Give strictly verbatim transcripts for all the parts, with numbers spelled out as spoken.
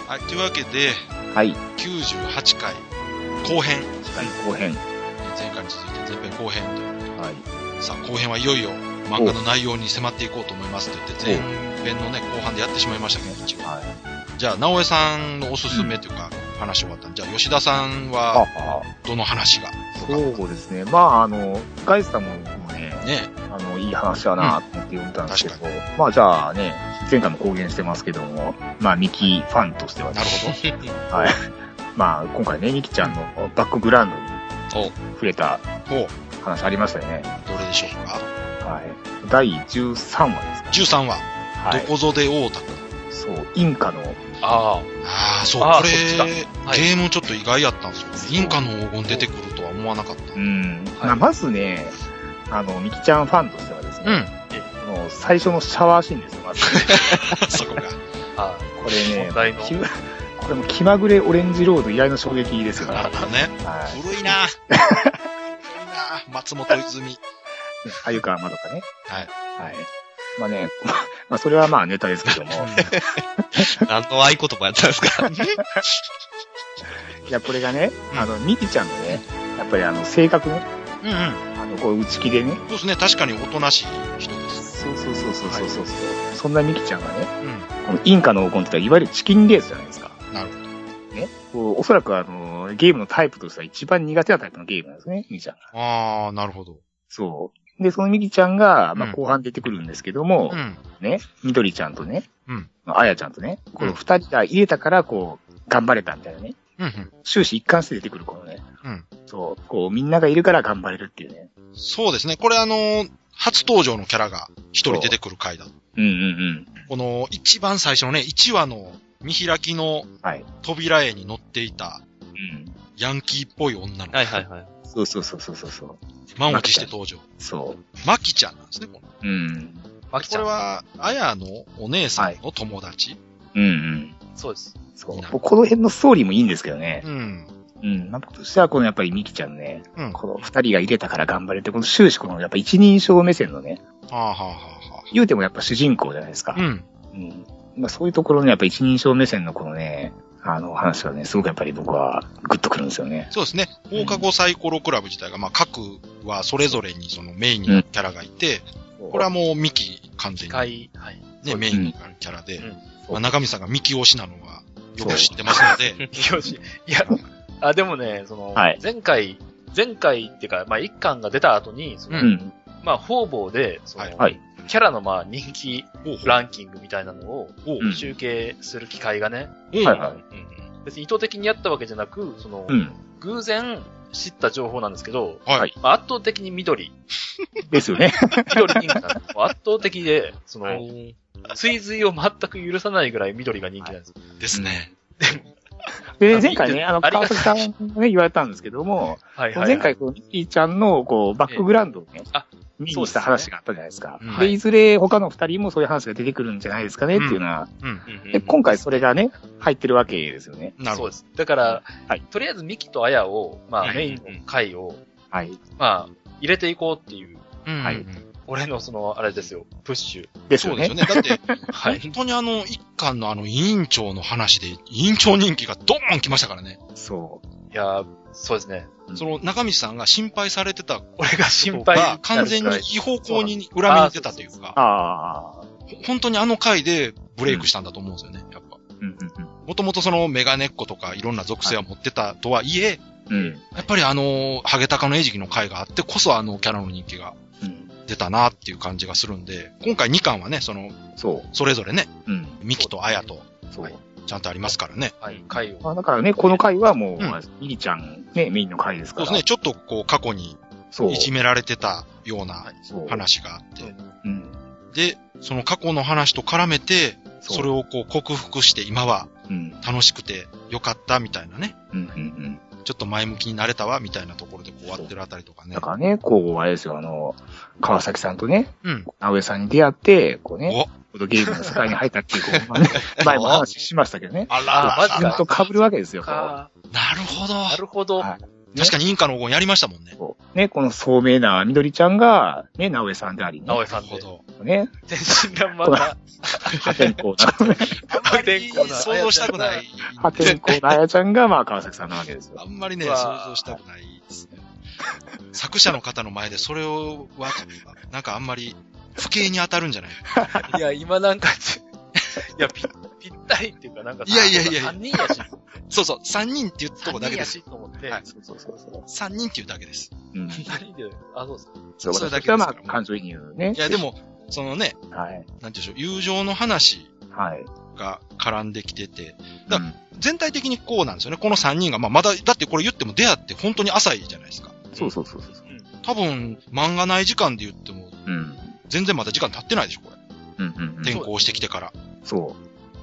はい、というわけで、 はい。 きゅうじゅうはちかい後編。 後編。 前回に続いて前編後編ということで。 はい。 さあ、後編はいよいよ漫画の内容に迫っていこうと思いますと言って、前編のね、後半でやってしまいましたけど、一応。はい。じゃあ、直江さんのおすすめというか、うん、話終わったんじゃあ、吉田さんは、どの話がそうですね。まあ、あの、ガイスさんもね、ねあの、いい話だなと思って読んだんですけど、うん、まあ、じゃあね、前回も公言してますけども、まあ、ミキファンとしては、ね、 なるほど。はい。まあ、今回ね、ミキちゃんのバックグラウンドに触れた話ありましたよね。 どれでしょうか？ はい。だいじゅうさんわですか、ね。 じゅうさんわ。はい、どこぞで大田区。 そう、インカの。 ああ。ああ、そう、これ、はい、ゲームちょっと意外やったんですよ。インカの黄金出てくるとは思わなかった。 うん。はい、まあ、まずね、あの、ミキちゃんファンとしてはですね、うん、この最初のシャワーシーンですよ、まず。 そこが。 あこれね、これも気まぐれオレンジロード以来の衝撃ですよね。 なるほどね。はい、古いな古いな松本泉。 鮎川まどかね。 はい。 はい。まあね、まあそれはまあネタですけども。 何の合言葉やったんですか？ いや、これがね、あの、ミキちゃんのね、やっぱりあの、性格ね。 うんうん。 あの、こう、内気でね。 そうですね、確かにおとなしい人です。 そうそうそうそうそうそう、はい。そんなミキちゃんがね、うん、このインカの黄金って言ったら、いわゆるチキンレースじゃないですか。 なるほど。 ね。こうおそらくあの、ゲームのタイプとしては一番苦手なタイプのゲームなんですね、ミキちゃんが。 ああ、なるほど。 そう。で、そのミキちゃんが、まあ、後半出てくるんですけども、うん、ね、みどりちゃんとね、うん、あやちゃんとね、この二人が入れたから、こう、頑張れたみたいなね。うんうん、終始一貫して出てくるこのね。うん、そう、こう、みんながいるから頑張れるっていうね。 そうですね。これあのー、初登場のキャラが一人出てくる回だ。 うんうんうん。 この、一番最初のね、いちわの見開きの扉絵に乗っていた、うん、ヤンキーっぽい女の子。 はいはいはい。 そうそうそうそうそう。 満を持して登場。 そう。 マキちゃんなんですね、この。 うん。 マキちゃん。これは、あやのお姉さんの友達、はい、 うんうん。 そうです。 そう。この辺のストーリーもいいんですけどね。 うん。 うん。まあ、としては、このやっぱりミキちゃんね、うん、この二人が入れたから頑張れて、この終始このやっぱ一人称目線のね。 はあはあはあ。 言うてもやっぱ主人公じゃないですか。 うん。 うん。まあそういうところのやっぱ一人称目線のこのね、あの話がね、すごくやっぱり僕はグッとくるんですよね。 そうですね。放課後サイコロクラブ自体が、まあ各はそれぞれにそのメインにキャラがいて、うん、これはもうミキ完全に。 はい。 ね、メインになるキャラで、うんまあ、中身さんがミキ推しなのはよく知ってますので。 ミキ推し。いや、あ、でもね、その、はい、前回、前回っていうか、まあ一巻が出た後に、その、うん、まあ方々で、その、はい、キャラのまあ人気ランキングみたいなのを集計する機会がね、 うんはいはいうん、 別に意図的にやったわけじゃなく、その、うん、偶然知った情報なんですけど、 はいまあ、圧倒的に緑。 ですよね。 緑人気なんです。圧倒的で、その、追随を全く許さないぐらい緑が人気なんです。 はい、ですね。 で、前回ね、あの、川崎さんもね、言われたんですけども、はいはいはい、前回、こう、ミキちゃんの、こう、バックグラウンドをね、あ見にした話があったじゃないですか。で、ね、でいずれ他の二人もそういう話が出てくるんじゃないですかね、っていうのは、うんうん、で今回それがね、入ってるわけですよね。 なるほど。そうです。だから、はい、とりあえずミキとアヤを、まあ、はい、メインの回を、はい、まあ、入れていこうっていう、はい、俺のその、あれですよ、プッシュ。 ですよね。 そうですよね。だって、はい、本当にあの、一巻のあの、委員長の話で、委員長人気がドーン来ましたからね。 そう。 いやー、そうですね。 その、中道さんが心配されてた。 俺が心配が完全に違方向に裏目に出たというか。 ああ。 本当にあの回でブレイクしたんだと思うんですよね、やっぱ。もともとそのメガネっ子とかいろんな属性を持ってたとはいえ、うん、やっぱりあの、ハゲタカの餌食の回があってこそあのキャラの人気が出たなっていう感じがするんで、今回にかんはね、その、そう。それぞれね、うん、ミキとアヤと、そう。ちゃんとありますからね。 はい、回を。 あだからね、この回はもう、ミリちゃんね、メインの回ですから。 そうですね、ちょっとこう過去に、いじめられてたような話があって。うん、で、その過去の話と絡めて、それをこう克服して今は楽しくてよかったみたいなね。うんうんうん、ちょっと前向きになれたわみたいなところでこう終わってるあたりとかね。 だからね、こう、あれですよ、あの、川崎さんとね、うん、直江さんに出会って、こうね、ゲームの世界に入ったっていう、こう、まあね、前も話しましたけどね。 あら、 マジか。と被るわけですよ。 なるほど。 なるほど。はい、 確かにインカの黄金やりましたもんね。 そうね、この聡明なみどりちゃんが、ね、直江さんでありね。 直江さんで。 ね。 天真爛漫な。 破天荒な。 破天荒な。想像したくない。 破天荒なあやちゃんが、まあ、川崎さんなわけですよ。 あんまりね、想像したくないですね。作者の方の前でそれを、なんかあんまり、不敬に当たるんじゃないいや、今なんか、いや、ぴ、ぴったりっていうか、なんか、 いやいやいやさんにんやし。 そうそう、さんにんって言ったとこだけです。 さんにんやしと思って。 はい。そうそうそうそう。さんにんっていうだけです。 うん。 ふたりで、あ、そうですか。 そう、それだけですから。まあ、感情移入ね。 いや、でも、そのね、 はい。 なんていうんでしょう、友情の話。はい。が絡んできてて。だ全体的にこうなんですよね。このさんにんが、まあ、まだ、だってこれ言っても出会って本当に浅いじゃないですか。 そうそうそうそう。 多分、漫画ない時間で言っても、うん。全然まだ時間経ってないでしょ、これ。うんうん、うん。転校してきてから。 そう。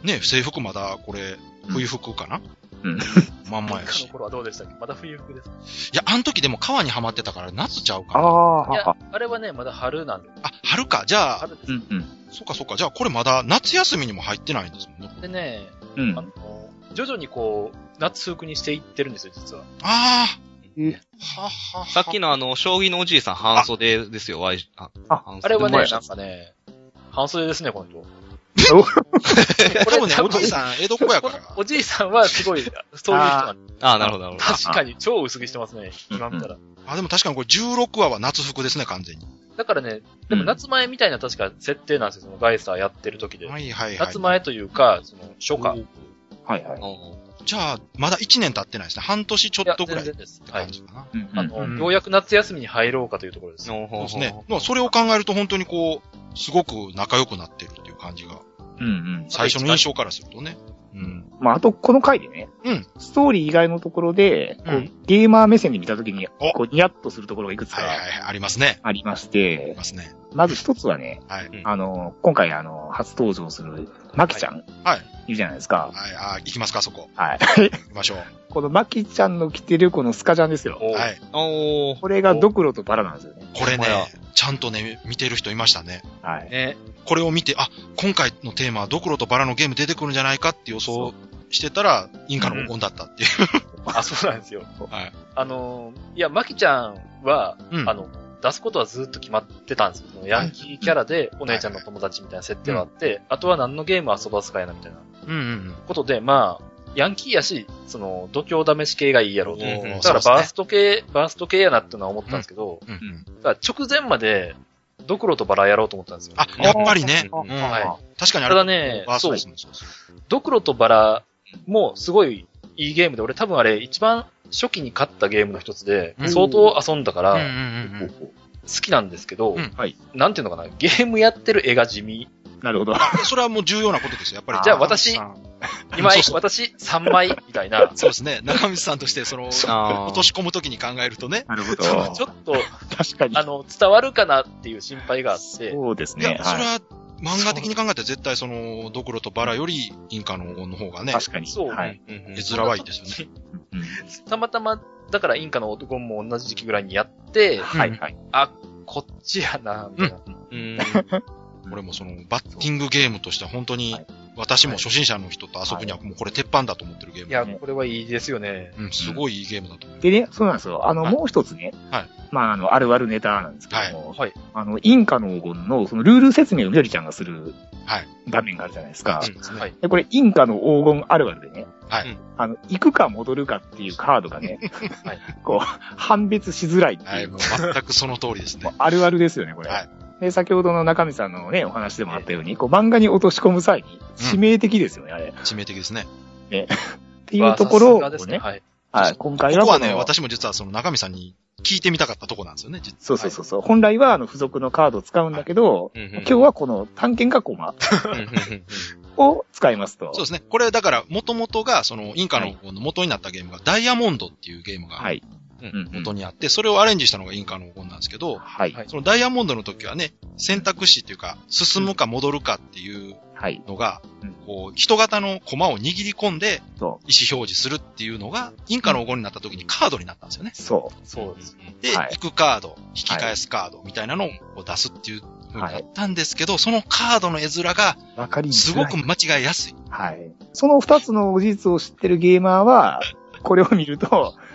ね、制服まだ、これ、冬服かな、うん、まんまやし。 の頃はどうでしたっけ？まだ冬服ですか？ いや、あの時でも川にはまってたから夏ちゃうかな。 ああ、 いや、あれはね、まだ春なんで。 あ、春か。じゃあ、 春です。うんうん。そっかそっか。じゃあこれまだ夏休みにも入ってないんですもんね。 でね、うん。あの、徐々にこう、夏服にしていってるんですよ、実は。 ああ。 えははさっきのあの、将棋のおじいさん半袖ですよ、あ, あ, あ, あれはね、なんかね、半袖ですね、この人。 これもね、おじいさん、江戸っ子やから。 おじいさんはすごい、そういう人なんで。 ああ、なるほど、なるほど。 確かに超薄着してますね、今見たら。 あ、でも確かにこれじゅうろくわは夏服ですね、完全に。 だからね、でも夏前みたいな確か設定なんですよ、そのガイスターやってる時で。 はいはいはい。 夏前というか、その、初夏。 はいはい。 じゃあ、まだいちねん経ってないですね。半年ちょっとぐらい。全然です。はい。 あの、ようやく夏休みに入ろうかというところです。 そうですね。まあ、それを考えると本当にこう、すごく仲良くなってるっていう感じが。うんうん。最初の印象からするとね。 うん。まあ、あと、この回でね。うん。ストーリー以外のところで、こう、ゲーマー目線で見たときに、こう、ニヤッとするところがいくつか。 はいはいはい。ありますね。 ありまして。 ありますね。 まず一つはね。はい。あの、今回あの、初登場する、マキちゃん。はい。いるじゃないですか。 はい。あ、行きますか、そこ。 はい。 行きましょう。 このマキちゃんの着てるこのスカジャンですよ。 はい。 おー。これがドクロとバラなんですよね。 これね、ちゃんとね、見てる人いましたね。 はい。 ね。これを見て、あ、今回のテーマはドクロとバラのゲーム出てくるんじゃないかって予想してたら、インカの黄金だったっていう。 あ、そうなんですよ。 はい。 あのー、いや、マキちゃんは、うん、あの、出すことはずっと決まってたんですよ。ヤンキーキャラでお姉ちゃんの友達みたいな設定はあって、あとは何のゲーム遊ばすかやなみたいな。うんうん。ことで、まあ、ヤンキーやし、その、度胸試し系がいいやろうと。だからバースト系、バースト系やなってのは思ったんですけど、うんうん、だから直前まで、ドクロとバラやろうと思ったんですよ。 あ、やっぱりね。うん、はい。確かにあれ。 ただね、そう。ドクロとバラもすごいいいゲームで、俺多分あれ一番初期に買ったゲームの一つで、相当遊んだから、好きなんですけど、うん、はい。なんていうのかな、ゲームやってる絵が地味。 なるほど。 それはもう重要なことですよ、やっぱり。 じゃあ私、今、私さんまいみたいな。 そうですね。中道さんとして、その、落とし込むときに考えるとね。 なるほど。 ちょっと、確かに。あの、伝わるかなっていう心配があって。 そうですね。 いや、それは、漫画的に考えたら絶対その、ドクロとバラよりインカの黄金の方がね。 確かに。 そう。 はい。 絵面はいいですよね。 たまたま、だからインカの黄金も同じ時期ぐらいにやって、 はいはい。 あ、こっちやな、みたいな。うん。 これもその、バッティングゲームとしては本当に、私も初心者の人と遊ぶにはもうこれ鉄板だと思ってるゲーム。 いや、これはいいですよね。 うん、すごいいいゲームだと思う。 でね、そうなんですよ。あの、もう一つね。はい。まあ、あの、あるあるネタなんですけども。はい。あの、インカの黄金の、そのルール説明をみどりちゃんがする。はい。場面があるじゃないですか。はい。で、これ、インカの黄金あるあるでね。はい。あの、行くか戻るかっていうカードがね。はい。こう、判別しづらいっていう。 はい、もう全くその通りですね。 あるあるですよね、これ。はい。で、先ほどの中身さんのね、お話でもあったように、こう、漫画に落とし込む際に、致命的ですよね、あれ。 致命的ですね。 ね。っていうところをね、はい。はい、今回は。 ここはね、私も実はその中身さんに聞いてみたかったとこなんですよね、実は。 そうそうそうそう。本来は、あの、付属のカードを使うんだけど、今日はこの探検家コマを使いますと。 そうですね。これ、だから、元々が、その、インカの元になったゲームが、ダイヤモンドっていうゲームが、はい。元にあって、それをアレンジしたのがインカの黄金なんですけど、はい。そのダイヤモンドの時はね、選択肢っていうか、進むか戻るかっていうのが、こう、人型のコマを握り込んで、意思表示するっていうのが、インカの黄金になった時にカードになったんですよね。 そう。 そうです。 で、行くカード、引き返すカードみたいなのを出すっていう風になったんですけど、そのカードの絵面が、すごく間違いやすい。 はい。その二つの事実を知ってるゲーマーは、これを見ると、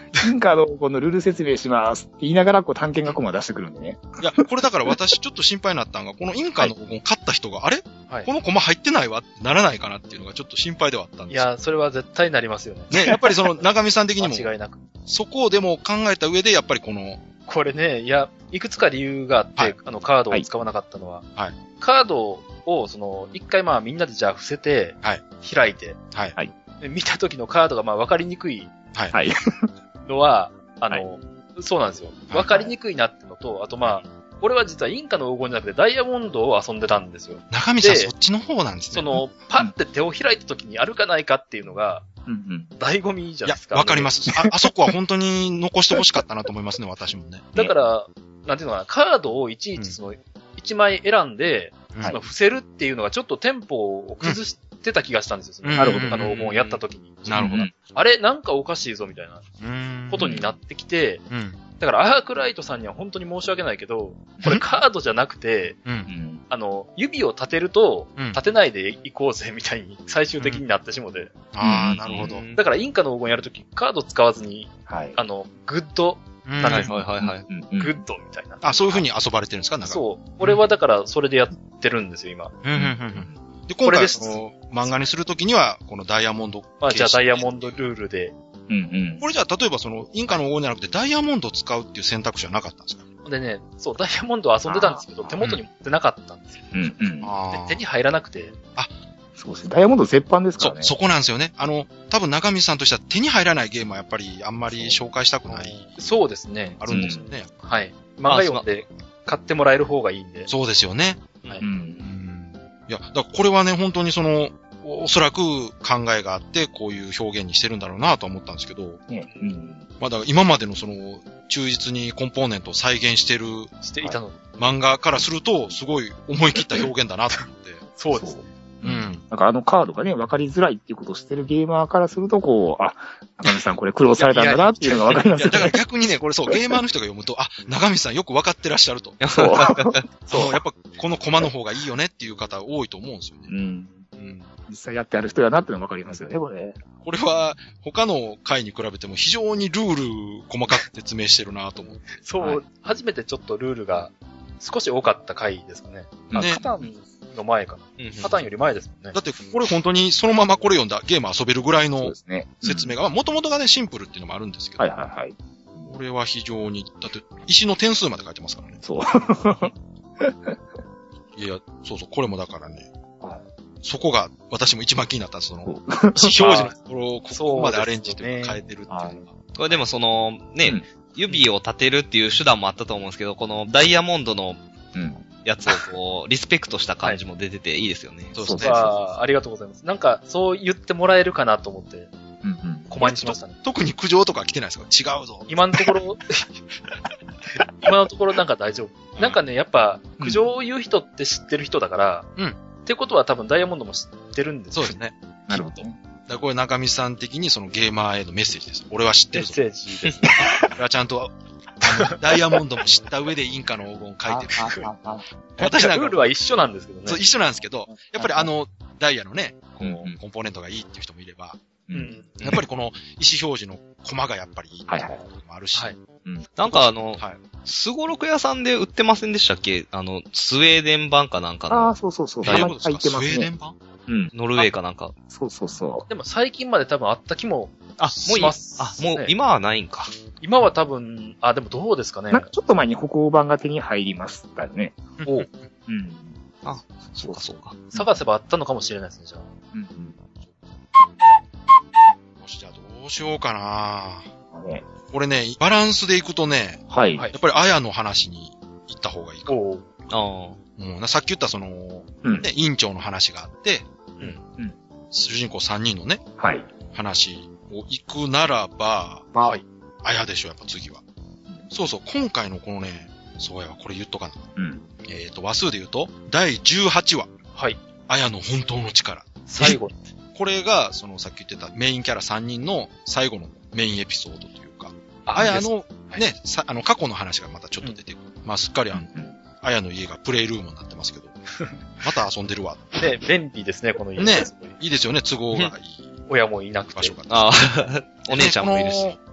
インカのこのルール説明しますって言いながら、こう探検学校を出してくるんでね。 いや、これだから私ちょっと心配になったのが、このインカの勝った人が、はい、あれ、はい、このコマ入ってないわってならないかなっていうのがちょっと心配ではあったんですよ。 いや、それは絶対なりますよね。 ね、やっぱりその、長見さん的にも。 間違いなく。 そこをでも考えた上で、やっぱりこの、 これね、いや、いくつか理由があって、はい、あの、カードを使わなかったのは、はい、カードを、その、一回まあみんなでじゃあ伏せて、はい、開いて、はい、見た時のカードがまあ分かりにくいのは、あの、はい、そうなんですよ。分かりにくいなってのと、あとまあ、俺は実はインカの黄金じゃなくてダイヤモンドを遊んでたんですよ。 中身さんそっちの方なんですね。 その、パッて手を開いた時にあるかないかっていうのが、うんうん、醍醐味じゃないですか。 いや、わかります。あ、あそこは本当に残してほしかったなと思いますね、私もね。 だから、なんていうのかな、カードをいちいちその、いちまい選んで、うん、その伏せるっていうのがちょっとテンポを崩してた気がしたんですよ。なるほど。あの、もうやった時に。 なるほど。 あれ、なんかおかしいぞ、みたいなことになってきて、うん、だから、アークライトさんには本当に申し訳ないけど、これカードじゃなくて、うん、あの、指を立てると、立てないでいこうぜ、みたいに最終的になってしもて。うん、 ああ、なるほど。 だから、インカの黄金やるとき、カード使わずに、はい、あの、グッド、 なんですか、はいはいはい。 グッドみたいな。 あ、そういう風に遊ばれてるんですか、なんか。 そう。俺はだから、それでやってるんですよ、今。 うんうんうん、で、今回、その、漫画にするときには、このダイヤモンド。 まあ、じゃあダイヤモンドルールで。 うんうん。これじゃあ、例えばその、インカの黄金じゃなくて、ダイヤモンドを使うっていう選択肢はなかったんですか？ でね、そう、ダイヤモンドを遊んでたんですけど、手元に持ってなかったんですよ。うんうん。で、手に入らなくて。 あ、 そうですね。ダイヤモンド絶版ですからね。 そ、そこなんですよね。あの、多分中見さんとしては手に入らないゲームはやっぱりあんまり紹介したくない。 そうですね。 あるんですよね。 うん、はい。漫画読んで買ってもらえる方がいいんで。 そうですよね。はい。うん。いや、だからこれはね、本当にその、おそらく考えがあって、こういう表現にしてるんだろうなと思ったんですけど。うん。まだ今までのその、忠実にコンポーネントを再現してる。 していたの。 漫画からすると、すごい思い切った表現だなと思って。 そうですね。 うん。なんかあのカードがね、わかりづらいっていうことをしてるゲーマーからすると、こう、あ、中見さんこれ苦労されたんだなっていうのがわかりますよね。 だから逆にね、これそう、ゲーマーの人が読むと、あ、中見さんよくわかってらっしゃると。 そう。 そう、やっぱこのコマの方がいいよねっていう方多いと思うんですよね。うん。 うん。実際やってある人やなっていうのがわかりますよね、これ。 これは、他の回に比べても非常にルール細かく説明してるなと思って。 そう、はい、初めてちょっとルールが少し多かった回ですかね。ね。カタンの前かな。うんうん、カタンより前ですもんね。 だってこれ本当にそのままこれ読んだゲーム遊べるぐらいの説明が、もともとがね、シンプルっていうのもあるんですけど。 はいはいはい。 これは非常に、だって石の点数まで書いてますからね。 そう。 いや、そうそう、これもだからね。そこが私も一番気になったんです。その、表示のところをここまでアレンジして変えてるっていうのが。 これでもその、ね、うん、指を立てるっていう手段もあったと思うんですけど、このダイヤモンドのやつをこう、リスペクトした感じも出てていいですよね。 はい、そうですね。あ, ありがとうございます。なんか、そう言ってもらえるかなと思って、うんうん、コマにしましたね。 特に苦情とか来てないですか？違うぞ。 今のところ、今のところなんか大丈夫。なんかね、やっぱ、苦情を言う人って知ってる人だから、うん。ってことは多分ダイヤモンドも知ってるんですよ。そうですね。なるほど。だからこれ中見さん的にそのゲーマーへのメッセージです。俺は知ってるぞ。 メッセージですね。 俺はちゃんと、あの、ダイヤモンドも知った上でインカの黄金を書いてる。 私なんか。ルールは一緒なんですけどね。 そう、一緒なんですけど、やっぱりあの、ダイヤのね、こう、コンポーネントがいいっていう人もいれば、うん、やっぱりこの意思表示のコマがやっぱりいいっていうこともあるし。はいはいうん、なんかあの、すごろく屋さんで売ってませんでしたっけ？あの、スウェーデン版かなんかの。 ああ、そうそうそう。 大丈夫ですか？スウェーデン版？ うん。ノルウェーかなんか。 そうそうそう。 でも最近まで多分あった気もあ、もういい。あ、もう今はないんか。 今は多分、あ、でもどうですかね。 なんかちょっと前に歩行版が手に入りましたよね。 おう。 うん。あ、そうかそうか。 探せばあったのかもしれないですね、じゃあ。うんうん。 よし、じゃあどうしようかな。ね、これね、バランスでいくとね、 はい。 やっぱりあやの話に行った方がいいかな。 おあうん、さっき言ったその、うん、ね、委員長の話があって、うん。うん。主人公さんにんのね、 はい。 話を行くならば、 はい。 あやでしょ、やっぱ次は。そうそう、今回のこのね、そうやわ、これ言っとかな。うん。えっと、話数で言うと、だいじゅうはちわ。 はい。 あやの本当の力。 最後。 これが、そのさっき言ってたメインキャラさんにんの最後のメインエピソードというか、あやの、ね、さ、あの、過去の話がまたちょっと出てくる。うん、まあ、すっかりあの、あやの家がプレイルームになってますけど、また遊んでるわ。 ね、便利ですね、この家。 ね、いいですよね、都合がいい。 親もいなくて。場所が。 ああ、お姉ちゃんもいるし。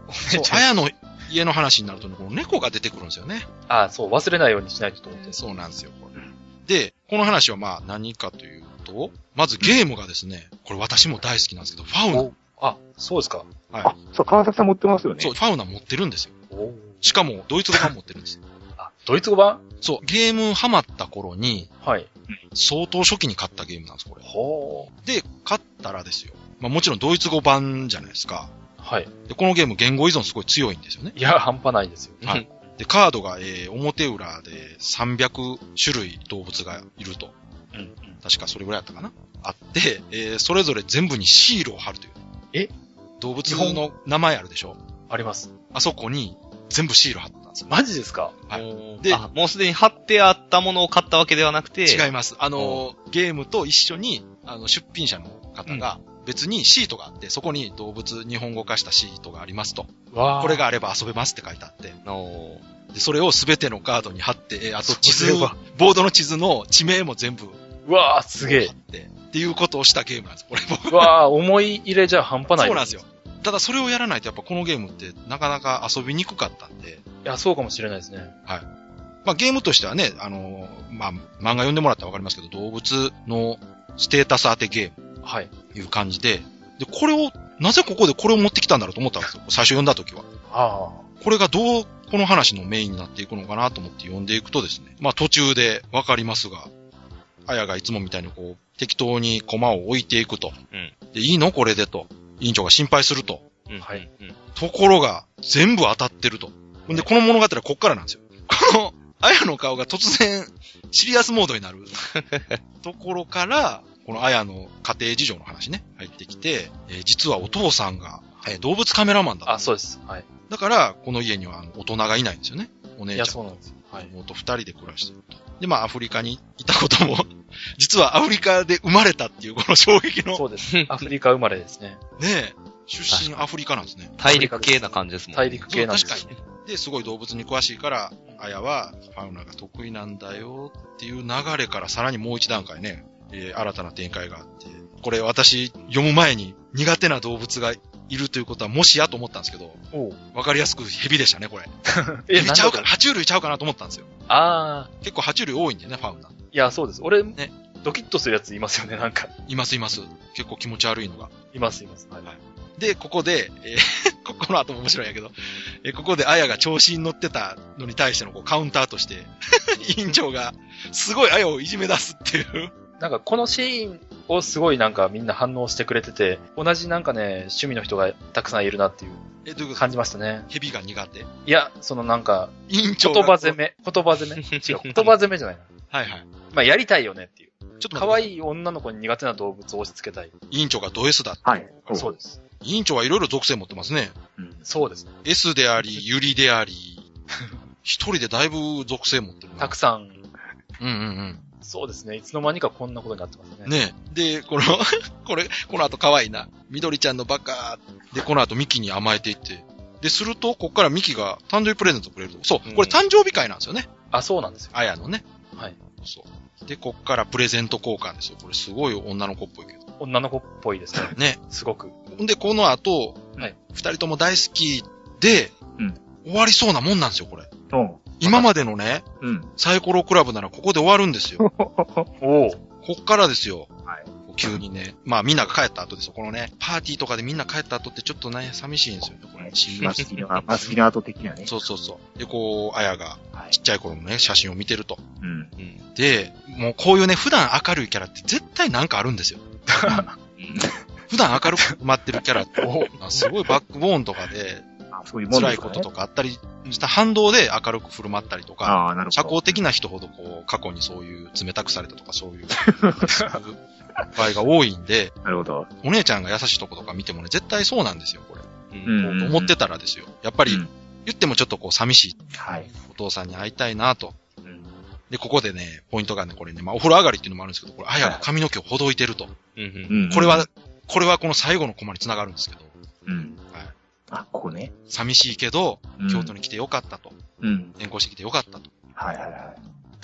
そう、あやの家の話になるとね、この猫が出てくるんですよね。 ああ、そう、忘れないようにしないとと思って。 そうなんですよ、これ。で、この話はまあ何かというと、まずゲームがですね、これ私も大好きなんですけど、ファウナ。 あ、そうですか。 はい。あ、そう、川崎さん持ってますよね。 そう、ファウナ持ってるんですよ。しかも、ドイツ語版持ってるんですよ。 あ、ドイツ語版？ そう、ゲームハマった頃に、 はい。 相当初期に買ったゲームなんです、これ。 ほー。で、買ったらですよ。まあもちろんドイツ語版じゃないですか。 はい。 で、このゲーム言語依存すごい強いんですよね。 いや、半端ないですよ。 はい。で、カードが、えー、表裏でさんびゃくしゅるい動物がいると。うん、うん。確かそれぐらいだったかな。あって、えー、それぞれ全部にシールを貼るという。 え？ 動物の名前あるでしょ？ あります。 あそこに全部シール貼ったんですよ。 マジですか？ はい。で、あ、もうすでに貼ってあったものを買ったわけではなくて。 違います。あの、ゲームと一緒に、あの、出品者の方が、別にシートがあって、そこに動物日本語化したシートがありますと。これがあれば遊べますって書いてあって。で、それをすべてのカードに貼って、あと地図、ボードの地図の地名も全部。 うわー、すげえ。 っていうことをしたゲームなんです、これも。 うわー、思い入れじゃ半端ない。 そうなんですよ。ただそれをやらないとやっぱこのゲームってなかなか遊びにくかったんで。いや、そうかもしれないですね。 はい。まあゲームとしてはね、あのー、まあ漫画読んでもらったらわかりますけど、動物のステータス当てゲーム。はい。いう感じで、で、これを、なぜここでこれを持ってきたんだろうと思ったんですよ。最初読んだ時は。ああ。これがどう、この話のメインになっていくのかなと思って読んでいくとですね。まあ途中でわかりますが、あやがいつもみたいにこう、適当に駒を置いていくと。うん。で、いいのこれでと。委員長が心配すると。うん。はい。うん。ところが、全部当たってると。で、この物語はこっからなんですよ。この、あやの顔が突然、シリアスモードになるところから、このあやの家庭事情の話ね、入ってきて、えー、実はお父さんが、えー、動物カメラマンだった。 あ、そうです。はい。 だから、この家には大人がいないんですよね。お姉ちゃん。いや、 そうなんですよ。はい。 妹二人で暮らしてると。で、まあ、アフリカにいたことも、実はアフリカで生まれたっていうこの衝撃の。 そうです。アフリカ生まれですね。 ねえ。出身アフリカなんですね。 大陸系な感じですもんね。 大陸系なんです。 確かにね。で、すごい動物に詳しいから、あやはファウナが得意なんだよっていう流れからさらにもう一段階ね、えー、新たな展開があって、これ私読む前に苦手な動物がいるということはもしやと思ったんですけど、わかりやすくヘビでしたね、これ。え、ちゃうか、爬虫類ちゃうかなと思ったんですよ。 ああ。 結構爬虫類多いんでね、ファウナ。 いや、そうです。俺、ね、ドキッとするやついますよね、なんか。 いますいます。結構気持ち悪いのが。 いますいます。はい。はい、 で、ここで、えー、この後も面白いんやけど、えー、ここであやが調子に乗ってたのに対してのこうカウンターとして、委員長がすごいあやをいじめ出すっていう。 なんかこのシーンをすごいなんかみんな反応してくれてて、同じなんかね、趣味の人がたくさんいるなっていう。え、どういうこと感じましたね。 蛇が苦手？ いや、そのなんか、 委員長言葉攻め。言葉攻め。違う、言葉攻めじゃないな。 はいはい。 まあやりたいよねっていう。ちょっと可愛い女の子に苦手な動物を押し付けたい。 委員長がド S だって。 はい。そうです。 委員長はいろいろ属性持ってますね。 うん、そうですね。 S であり、ユリであり、一人でだいぶ属性持ってるな。 たくさん。 うんうんうん。 そうですね。いつの間にかこんなことになってますね。 ねで、この、これ、この後可愛いな。緑ちゃんのバカで、この後ミキに甘えていって。で、すると、こっからミキが誕生日プレゼントくれると。そう、これ誕生日会なんですよね。 あ、そうなんですよ。 あやのね。 はい。 そう。で、こっからプレゼント交換ですよ。これすごい女の子っぽいけど。 女の子っぽいですね。 ね。 すごく。 で、この後、はい。二人とも大好きで、うん。終わりそうなもんなんですよ、これ。うん。今までのね、うん。サイコロクラブならここで終わるんですよ。おこっからですよ。はい。急にね。まあみんなが帰った後ですよ。このね、パーティーとかでみんな帰った後ってちょっとね、寂しいんですよね。これ。 マスキの、マスキの後的なね。 そうそうそう。で、こう、あやが、ちっちゃい頃のね、写真を見てると。うん。うん、で、もうこういうね、普段明るいキャラって絶対なんかあるんですよ。普段明るく埋まってるキャラって、すごいバックボーンとかで、そういうもんですね、辛いこととかあったりした反動で明るく振る舞ったりとか、あ、社交的な人ほどこう、過去にそういう冷たくされたとかそういう場合が多いんで、 なるほど。 お姉ちゃんが優しいとことか見てもね、絶対そうなんですよ、これ。うん、思ってたらですよ。やっぱり、言ってもちょっとこう寂しい。はい。お父さんに会いたいなと。うん、で、ここでね、ポイントがね、これね、まあお風呂上がりっていうのもあるんですけど、これ、あやが髪の毛をほどいてると。うん、これは、これはこの最後のコマに繋がるんですけど。うん。はい。 あ、ここね。 寂しいけど、うん、京都に来てよかったと。うん。転校してきてよかったと。 はいはいはい。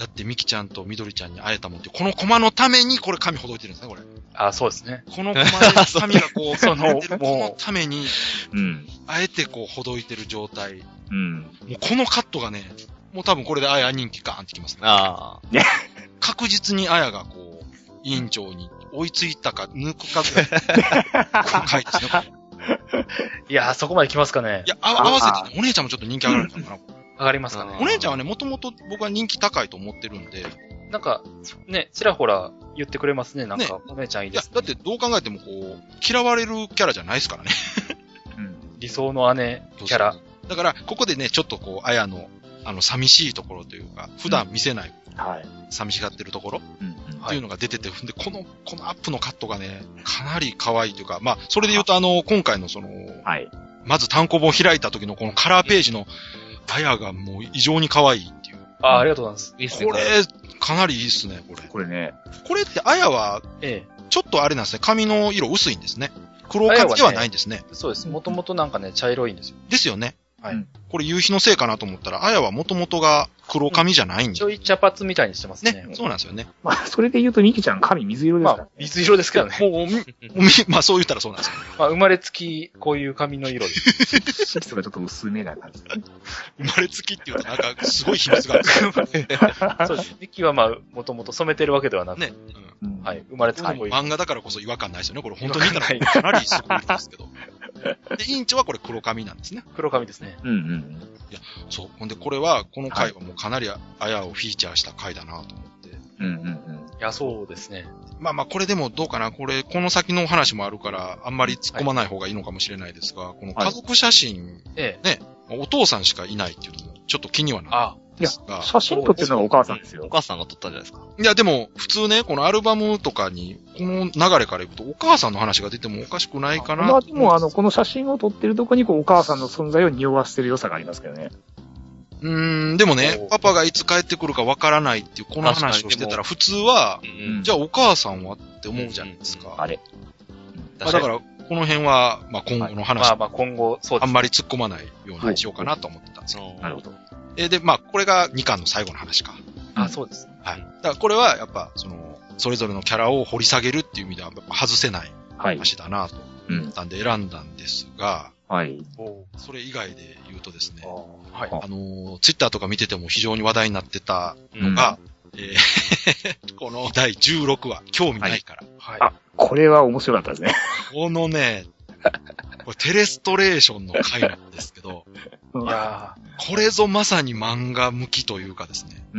だってミキちゃんとみどりちゃんに会えたもんって、このコマのためにこれ髪ほどいてるんですね、これ。 あ、そうですね。 このコマで髪がこう、その、このために、うん。あえてこうほどいてる状態。うん。もうこのカットがね、もう多分これであや人気ガーンってきますね。ああ。ね。確実にあやがこう、委員長に追いついたか抜くかぐらい。書いてですね。 いやー、そこまで来ますかね。 いや、合わせて、ね、お姉ちゃんもちょっと人気上がるのかな。 上がりますかね。 お姉ちゃんはね、もともと僕は人気高いと思ってるんで。 なんか、ね、ちらほら言ってくれますね、なんか、ね、お姉ちゃんいいです、ね。 いや、だってどう考えてもこう、嫌われるキャラじゃないですからね。 うん。理想の姉キャラ。 だから、ここでね、ちょっとこう、あやの、あの、寂しいところというか、普段見せない、うん、はい。寂しがってるところ、うんうん、っていうのが出てて、で、この、このアップのカットがね、かなり可愛いというか、まあ、それで言うとあの、今回のその、はい。まず単行本を開いた時のこのカラーページの、あやがもう異常に可愛いっていう。 ああ、ありがとうございます。いいっすね。これ、かなりいいっすね、これ。 これね。 これってあやは、ええ。ちょっとあれなんですね、髪の色薄いんですね。黒髪ではないんですね。ねそうです。もともとなんかね、茶色いんですよ。 ですよね。はい。うん、これ夕日のせいかなと思ったら、あやはもともとが黒髪じゃないんで、うん。 ちょい茶髪みたいにしてますね。 ね。そうなんですよね。 まあ、それで言うとミキちゃん髪水色ですから、ね。まあ、 水色ですけどね。もう、 まあそう言ったらそうなんですよ、ね。 まあ生まれつき、こういう髪の色です。 色素がちょっと薄めな感じ。 生まれつきっていうとなんかすごい秘密があるんですよ。そうです。ミキはまあ、もともと染めてるわけではなくて。ね。うん。はい。生まれつきこういう。 漫画だからこそ違和感ないですよね。これ本当に見たらかなりすごいですけど。で、委員長はこれ黒髪なんですね。 黒髪ですね。うんうん。 いや、そう。ほんで、これは、この回はもうかなりあやをフィーチャーした回だなと思って。うんうんうん。 いや、そうですね。 まあまあ、これでもどうかな。これ、この先の話もあるから、あんまり突っ込まない方がいいのかもしれないですが、はい、この家族写真、ええ、ね、お父さんしかいないっていうのも、ちょっと気にはなる。ああ。 いや、写真撮ってるのがお母さんですよ。 お母さんが撮ったんじゃないですか。 いや、でも、普通ね、このアルバムとかに、この流れからいくと、お母さんの話が出てもおかしくないかな。 まあ、でも、あの、この写真を撮ってるとこに、こう、お母さんの存在を匂わせてる良さがありますけどね。 うーん、でもね、パパがいつ帰ってくるかわからないっていう、この話をしてたら、普通は、うん、じゃあお母さんはって思うじゃないですか。うんうん、あれ。まあ、だから、この辺は、まあ今後の話、 はい、まあまあ今後、そうです、ね。 あんまり突っ込まないようにしようかなと思ってたんですよ。 なるほど。 えー、で、まあ、これがにかんの最後の話か。 あ、そうです。 はい。だからこれは、やっぱ、その、それぞれのキャラを掘り下げるっていう意味では、やっぱ外せない話だなと思ったんで選んだんですが、はい。それ以外で言うとですね、はい。あの、ツイッターとか見てても非常に話題になってたのが、うん、えー、このだいじゅうろくわ、興味ないから。 はい。はい、あ、これは面白かったですね。 このね、これテレストレーションの回なんですけど、いやー、これぞまさに漫画向きというかですね、うん、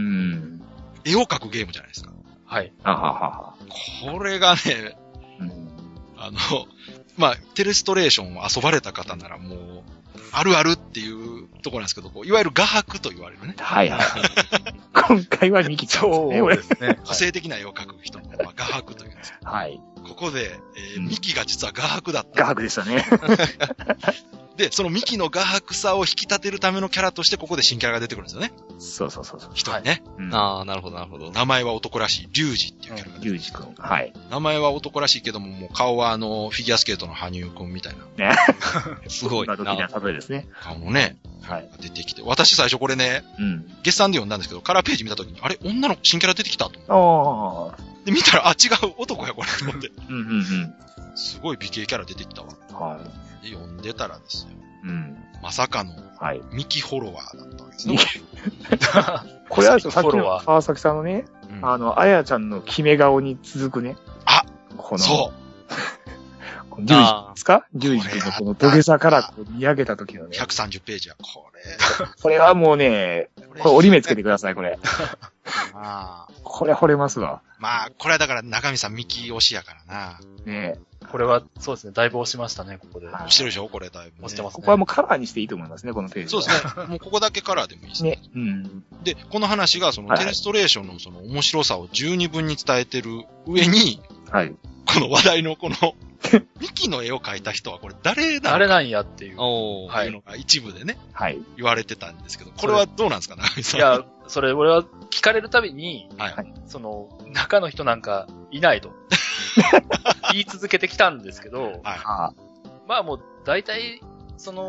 絵を描くゲームじゃないですか。はい。あははこれがね、うん、あの、まあ、テレストレーションを遊ばれた方ならもう、あるあるっていうところなんですけど、こういわゆる画伯と言われるね。 はいはい。今回はミキちゃんですね、俺。 ですね。個性的な絵を描く人の、まあ、画伯というんですけど。はい。ここで、えー、ミキが実は画伯だった。 画伯でしたね。 で、そのミキの画伯さを引き立てるためのキャラとして、ここで新キャラが出てくるんですよね。 そうそうそうそう。 一人ね。 はい、うん、ああ、なるほどなるほど。 名前は男らしい、リュウジっていうキャラが、 ね。リュウジくん。はい。 名前は男らしいけども、もう顔はあの、フィギュアスケートの羽生くんみたいな。ね。 すごいな。今時な例えですね。 顔のね、はい。出てきて。私最初これね、うん。月産で読んだんですけど、カラーページ見たときに、あれ女の新キャラ出てきたと思って。ああ。で、見たら、あ、違う男や、これ、と思って。うんうんうん。すごい美形キャラ出てきたわ。はい。で、読んでたらですよ。うん。まさかの、はい。ミキフォロワーだったわけですね。 これはさっきの川崎さんのね、うん、あの、あやちゃんの決め顔に続くね。 あこの、そう。 リュウジですかリュウジ君のこの土下座からこう見上げた時のね。 ひゃくさんじゅうページは、これ。 これはもうね、これ折り目つけてください、これ。あこれ惚れますわ。 まあ、これはだから中身さんミキ推しやからな。 ねえ。これは、そうですね、だいぶ押しましたね、ここで。 押してるでしょこれだいぶ、ね。 押してますね。 ここはもうカラーにしていいと思いますね、このページ。 そうですね。もうここだけカラーでもいいですね。ね。うん。で、この話がそのテレストレーションのその面白さを十二分に伝えてる上に、はい。この話題のこの、ミキの絵を描いた人はこれ誰だ誰なんやっていう。 おはい。いうのが一部でね。はい。言われてたんですけど、これはどうなんですか、中見さん。 いや、それ俺は聞かれるたびに、はい。その、中の人なんかいないと。言い続けてきたんですけど、はい。まあもう大体、その、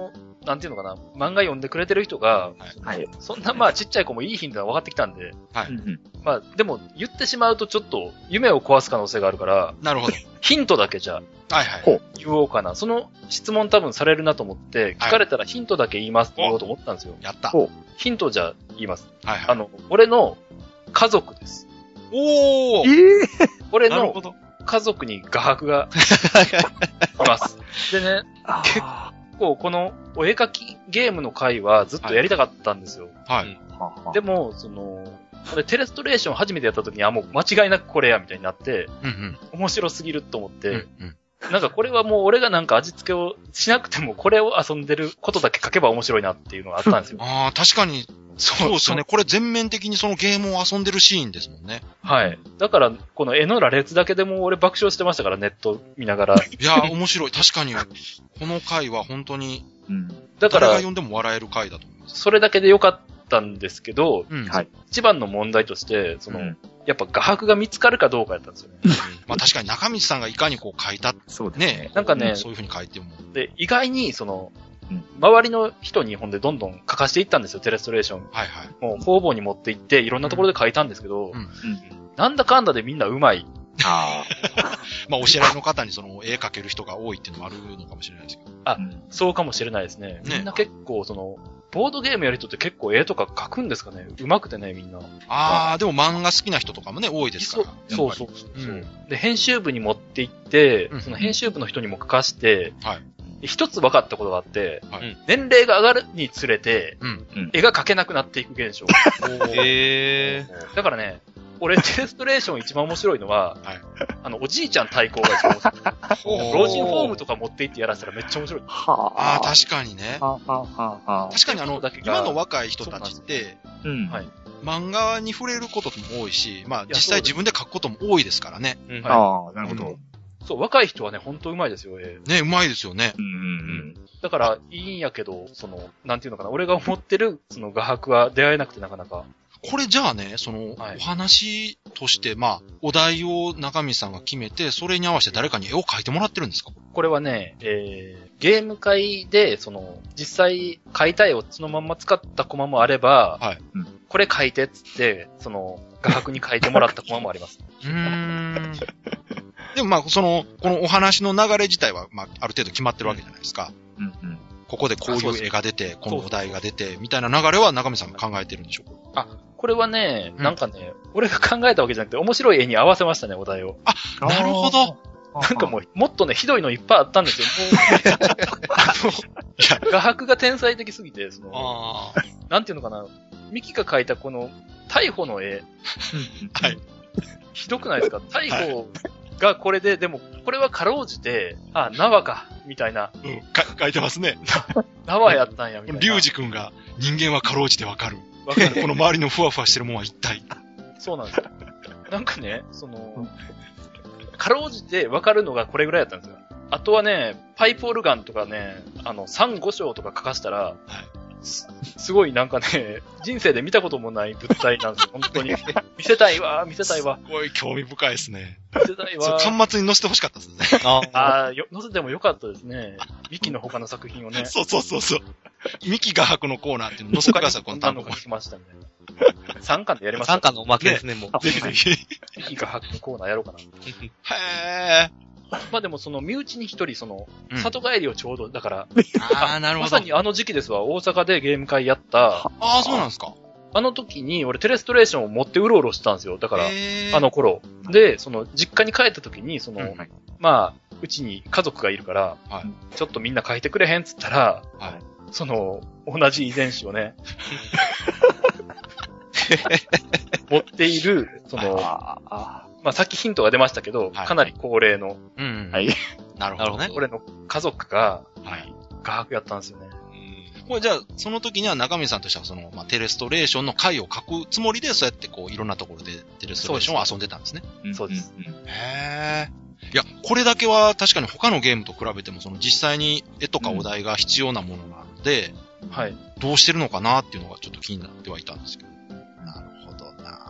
なんていうのかな、漫画読んでくれてる人が、はい。そんなまあちっちゃい子もいいヒントが分かってきたんで、はい。まあでも言ってしまうとちょっと夢を壊す可能性があるから、 なるほど。 ヒントだけじゃ、はいはい。言おうかな。その質問多分されるなと思って、聞かれたらヒントだけ言いますって言おうと思ったんですよ。 やった。 ヒントじゃ言います。はいはい。あの、俺の家族です。 おー。 えー、俺の家族に画伯がいます。でね、結構このお絵描きゲームの回はずっとやりたかったんですよ。はい。うん、でも、その、俺テレストレーション初めてやった時に、あ、もう間違いなくこれや、みたいになって、うんうん、面白すぎると思って、うんうん、なんかこれはもう俺がなんか味付けをしなくてもこれを遊んでることだけ書けば面白いなっていうのがあったんですよ。 ああ、確かに。そうですよね。これ全面的にそのゲームを遊んでるシーンですもんね。 はい。だから、この絵の羅列だけでも俺爆笑してましたから、ネット見ながら。 いや、面白い。確かに、この回は本当に、うん、だから、誰が読んでも笑える回だと思います。 それだけでよかったんですけど、うん、はい。一番の問題として、その、うん、やっぱ画伯が見つかるかどうかやったんですよね。 まあ確かに中道さんがいかにこう書いた、 そうですね。 ね、 なんかね、 そういう風に書いても。 で、意外に、その、うん、周りの人にほんでどんどん書かしていったんですよ、テレストレーション。はいはい。もう方々に持って行っていろんなところで書いたんですけど、うんうん、なんだかんだでみんな上手い。 ああ。まあお知られの方にその絵描ける人が多いっていうのもあるのかもしれないですけど。 あ、うん、そうかもしれないですね。みんな結構その、ボードゲームやる人って結構絵とか描くんですかね、上手くてね、みんな。 ああ、でも漫画好きな人とかもね、多いですから。 そうそうそうそう、うん。で、編集部に持って行って、うん、その編集部の人にも書かして、はい。一つ分かったことがあって、はい、年齢が上がるにつれて、うん、絵が描けなくなっていく現象。へー。だからね、俺、テレストレーション一番面白いのは、はい、あの、おじいちゃん対抗が一番面白い。老人ホームとか持って行ってやらせたらめっちゃ面白い。 はあ、確かにね。はあはあ、確かにあの、今の若い人たちって、うん、はい、漫画に触れることも多いし、まあ実際自分で描くことも多いですからね。 うん、ああ、なるほど。うんそう、若い人はね、ほんと上手いですよ、絵。 ね、上手いですよね。うんうんうん。だから、いいんやけど、その、なんていうのかな、俺が思ってる、その画伯は出会えなくてなかなか。 これじゃあね、その、はい、お話として、まあ、お題を中身さんが決めて、それに合わせて誰かに絵を描いてもらってるんですか？ これはね、えー、ゲーム会で、その、実際描いた絵をそのまんま使ったコマもあれば、はい。うん、これ描いてっつって、その、画伯に描いてもらったコマもあります。うーん。 でもまあ、その、このお話の流れ自体は、まあ、ある程度決まってるわけじゃないですか。うんうん。ここでこういう絵が出て、このお題が出て、みたいな流れは中身さんが考えてるんでしょうか？ あ、これはね、なんかね、うん、俺が考えたわけじゃなくて、面白い絵に合わせましたね、お題を。 あ、なるほど。 なんかもう、もっとね、ひどいのいっぱいあったんですよ。もう、あの、画伯が天才的すぎて、その、なんていうのかな、ミキが描いたこの、逮捕の絵。はい。ひどくないですか？逮捕、はいがこれで、でも、これはかろうじて、あ、縄か、みたいな。 うん、か、書いてますね。 縄やったんや、みたいな。 リュウジ君が、人間はかろうじてわかる。わかる。この周りのふわふわしてるもんは一体。 そうなんですよ。なんかね、その、かろうじてわかるのがこれぐらいやったんですよ。あとはね、パイプオルガンとかね、あの、サンゴ礁とか書かしたら、はいす, すごいなんかね、人生で見たこともない物体なんですよ、本当に。見せたいわ、見せたいわ。 すごい興味深いですね。 見せたいわ。 端末に載せてほしかったですね。 ああ、載せてもよかったですね。ミキの他の作品をね。 そうそうそうそう。ミキ画伯のコーナーっていうの載せてください、この単語。 書きましたね。さんかんでやりました。 さんかんのおまけですね、もう。 ぜひぜひ。 ミキ画伯のコーナーやろうかな。 へー。 まあでもその身内に一人その、里帰りをちょうど、だから、 ああ、なるほど。 まさにあの時期ですわ、大阪でゲーム会やった。 ああ、そうなんですか。 あの時に俺テレストレーションを持ってうろうろしてたんですよ。だから、あの頃。で、その、実家に帰った時に、その、うん、まあ、うちに家族がいるから、はい、ちょっとみんな書いてくれへんっつったら、はい、その、同じ遺伝子をね、持っている、その、まあ、さっきヒントが出ましたけど、はい、かなり高齢の、 うん、はい。なるほどね。 俺の家族が、はい。画伯やったんですよね。 うん、これじゃあ、その時には中身さんとしては、その、まあ、テレストレーションの回を書くつもりで、そうやってこう、いろんなところでテレストレーションを遊んでたんですね。 そうです。 へー。いや、これだけは確かに他のゲームと比べても、その実際に絵とかお題が必要なものなので、うん、はい。どうしてるのかなっていうのがちょっと気になってはいたんですけど。 なるほどな。いや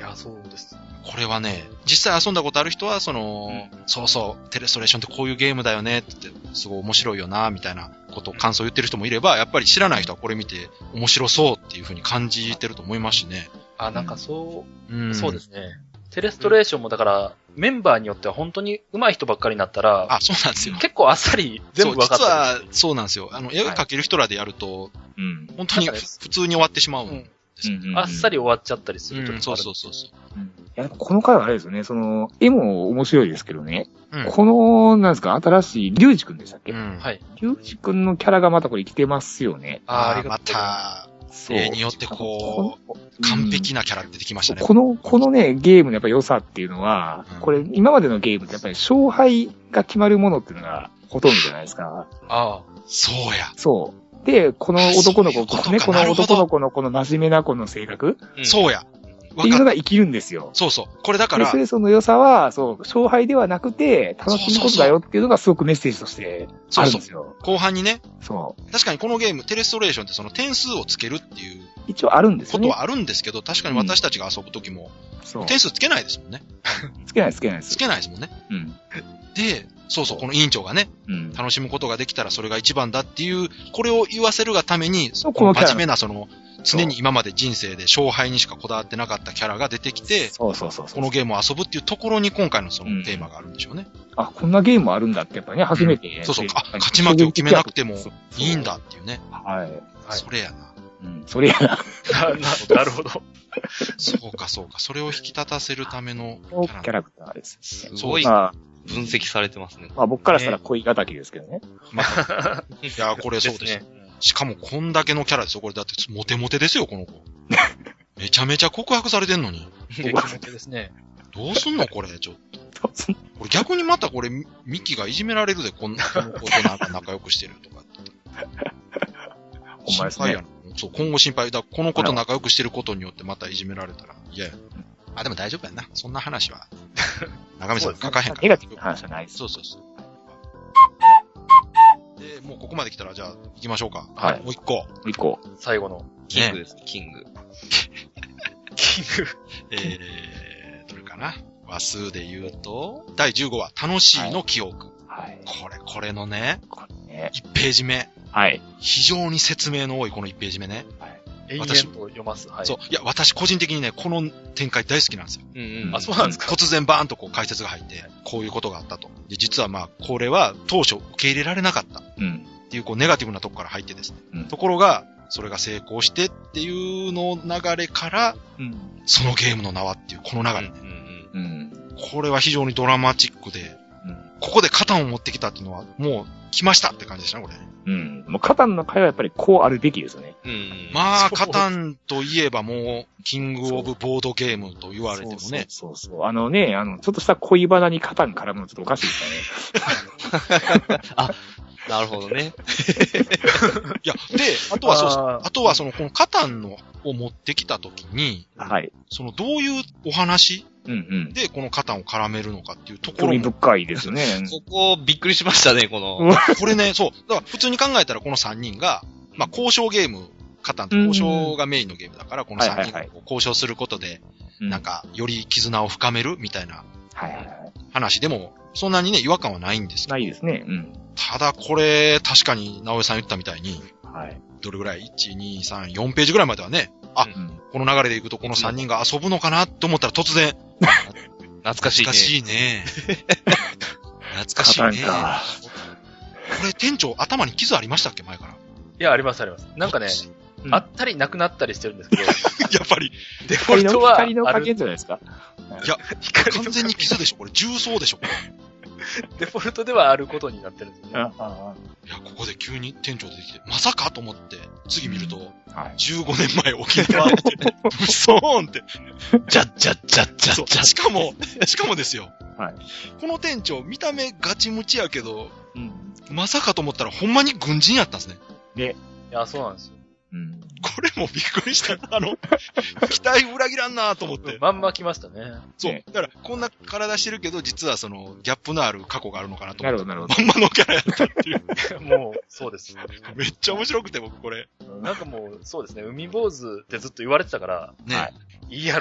や、そうです。 これはね、実際遊んだことある人は、その、うん、そうそう、テレストレーションってこういうゲームだよねって、すごい面白いよな、みたいなことを感想を言ってる人もいれば、やっぱり知らない人はこれ見て面白そうっていう風に感じてると思いますしね。 あ、なんかそう、うん、そうですね。テレストレーションもだから、メンバーによっては本当に上手い人ばっかりになったら、 あ、そうなんですよ。 結構あっさり全部分かった。 実は、そうなんですよ。あの、絵を描ける人らでやると、うん、本当に普通に終わってしまうんですよ、うんうんうん。 あっさり終わっちゃったりすると、うん、 そうそうそうそう。 うん、いや、この回はあれですよね、その、絵も面白いですけどね。うん、この、なんですか、新しい、リュウジ君でしたっけ、うん、はい。リュウジ君のキャラがまたこれ生きてますよね。 ああ、ありがとう。また、例によってこう、完璧なキャラ出てきましたね。 この、このね、ゲームのやっぱ良さっていうのは、うん、これ今までのゲームってやっぱり勝敗が決まるものっていうのがほとんどじゃないですか。 ああ、そうや。 そう。で、この男の子、こね、この男の子のこの真面目な子の性格、 うん、そうや。 っていうのが生きるんですよ。 そうそう。これだから。 で、それその良さは、そう、勝敗ではなくて、楽しむことだよっていうのがすごくメッセージとしてあるんですよ。そうそう後半にね。 そう。 確かにこのゲーム、テレストレーションってその点数をつけるっていう。 一応あるんですね。 ことはあるんですけど、確かに私たちが遊ぶときも、うん、点数つけないですもんね。 つけないつけないです。 つけないですもんね。うん。で、そうそう、この委員長がね、うん、楽しむことができたらそれが一番だっていう、これを言わせるがために、この真面目なその、常に今まで人生で勝敗にしかこだわってなかったキャラが出てきて、 そうそうそうそうこのゲームを遊ぶっていうところに今回のそのテーマがあるんでしょうね。 うん、あ、こんなゲームあるんだってやっぱね、初めて、 うん。そうそう、あ、勝ち負けを決めなくてもいいんだっていうね。 はい。 それやな。 うん、それやな。 な, なるほど。 そうかそうか。それを引き立たせるためのキャラクターです。 すごい分析されてますね。 まあ僕からしたら恋敵ですけどね。まあ、いや、これそうですね。しかもこんだけのキャラですよ。これだってモテモテですよ、この子。めちゃめちゃ告白されてんのに。 モテモテですね。 どうすんのこれ、ちょっと。これ逆にまたこれ、ミキがいじめられるで、こんな子となんか仲良くしてるとか。 お前ですね。 そう、今後心配だ。この子と仲良くしてることによってまたいじめられたら嫌や。あ、でも大丈夫やな。そんな話は。中身さん書かへんから。 ネガティブな話はないです。 そうそうそう。で、もうここまで来たら、じゃあ、行きましょうか。 はい。 もう一個。もう一個。 最後の。 キングですね、キング。 キング。 えー、どれかな。話数で言うと、だいじゅうごわ、楽しいの記憶。はい。これ、これのね、これねいちページ目。 はい。 非常に説明の多いこのいちページ目ね。はい。 延々と読ます。はい。 そう。いや、私個人的にね、この展開大好きなんですよ。 うんうん。あ、そうなんですか。 突然バーンとこう解説が入って、こういうことがあったと。で、実はまあ、これは当初受け入れられなかった。うん。っていうこうネガティブなとこから入ってですね。うん。ところが、それが成功してっていうの流れから、うん。そのゲームの名はっていうこの流れね。うんうんうん。これは非常にドラマチックで、うん。ここでカタンを持ってきたっていうのは、もう来ましたって感じでしたね、これ。 うん。もうカタンの会はやっぱりこうあるべきですよね。 うん。まあ、カタンといえばもう、キングオブボードゲームと言われてもね。そうそうそう。あのね、あの、ちょっとした恋バナにカタン絡むのちょっとおかしいですよね。 あ、なるほどね。 いや、で、あとはそうああとはその、このカタンのを持ってきたときに、 はい。 その、どういうお話うんうん。 で、このカタンを絡めるのかっていうところ興味深いですね。 そこ、びっくりしましたね、この。 これね、そう。だから普通に考えたらこのさんにんが、まあ、交渉ゲーム、カタンと交渉がメインのゲームだから、このさんにんが交渉することで、なんか、より絆を深めるみたいな話でも、そんなにね、違和感はないんですけど。 ないですね。うん。 ただ、これ、確かに、直江さん言ったみたいに、はい。どれぐらい ?いち、に、さん、よんページぐらいまではね、あ、うん、この流れでいくとこのさんにんが遊ぶのかなと思ったら突然、 懐かしいね。 懐かしいね。懐かしいね。これ店長頭に傷ありましたっけ前から。いや、ありますあります。なんかね、うん、あったりなくなったりしてるんですけど。やっぱり。 デフォルトは。 光の加減じゃないですか。 いや、完全に傷でしょこれ重曹でしょこれ。 デフォルトではあることになってるんですよね。ああいや、ここで急に店長出てきて、まさかと思って、次見ると、うんはい、じゅうごねんまえ沖縄って、ブソーンって。 じゃっじゃっじゃっじゃっじゃっ。 しかも、しかもですよ。はい、この店長、見た目ガチムチやけど、うん、まさかと思ったらほんまに軍人やったんですね。 ね。いや、そうなんですよ。 うん、これもびっくりした。あの、期待裏切らんなと思って。 まんま来ましたね。 そう。だから、こんな体してるけど、実はその、ギャップのある過去があるのかなと思って。 なるほど、なるほど。 まんまのキャラやったっていう。 もう、そうです。 めっちゃ面白くて、僕これ。 なんかもう、そうですね、海坊主ってずっと言われてたから、ね。はい、いいやろ、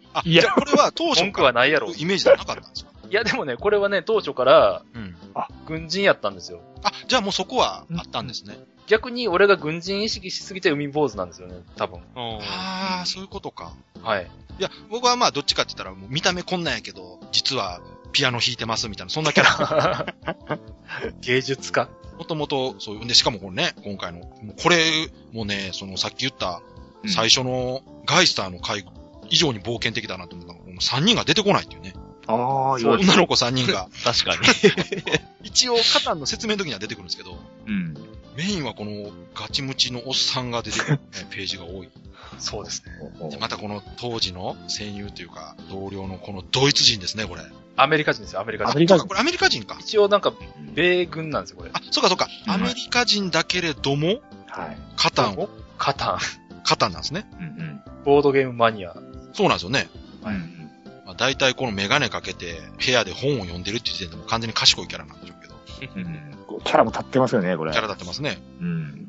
あ、いや、じゃあこれは当初文句はないやろ。 イメージじゃなかったんですか？ いや、でもね、これはね、当初から、うん。あ、軍人やったんですよ。 あ、じゃあもうそこはあったんですね。 逆に俺が軍人意識しすぎて海坊主なんですよね、多分。 ああ、そういうことか。 はい。 いや、僕はまあどっちかって言ったら、もう見た目こんなんやけど、実はピアノ弾いてますみたいな、そんなキャラ。 芸術家もともと、そういう、で、しかもこれね、今回の、これもね、そのさっき言った、最初のガイスターの回以上に冒険的だなと思ったのが、さんにんが出てこないっていうね。 ああ、 そう、女の子さんにんが。 確かに。 一応、カタンの説明の時には出てくるんですけど、うん。メインはこのガチムチのおっさんが出てくる、ね、ページが多い。 そうですね。 で、またこの当時の戦友というか、同僚のこのドイツ人ですね、これ。 アメリカ人ですよ、アメリカ人。 アメリカ人。これアメリカ人か。 一応なんか、米軍なんですよ、これ。 あ、そうかそうか。アメリカ人だけれども、はい。カタンを。 カタン。 カタンなんですね。うんうん。ボードゲームマニア。 そうなんですよね。はい。まあ、大体このメガネかけて、部屋で本を読んでるっていう時点でも完全に賢いキャラなんでしょうけど。 うん。キャラも立ってますよね、これ。 キャラ立ってますね。うん。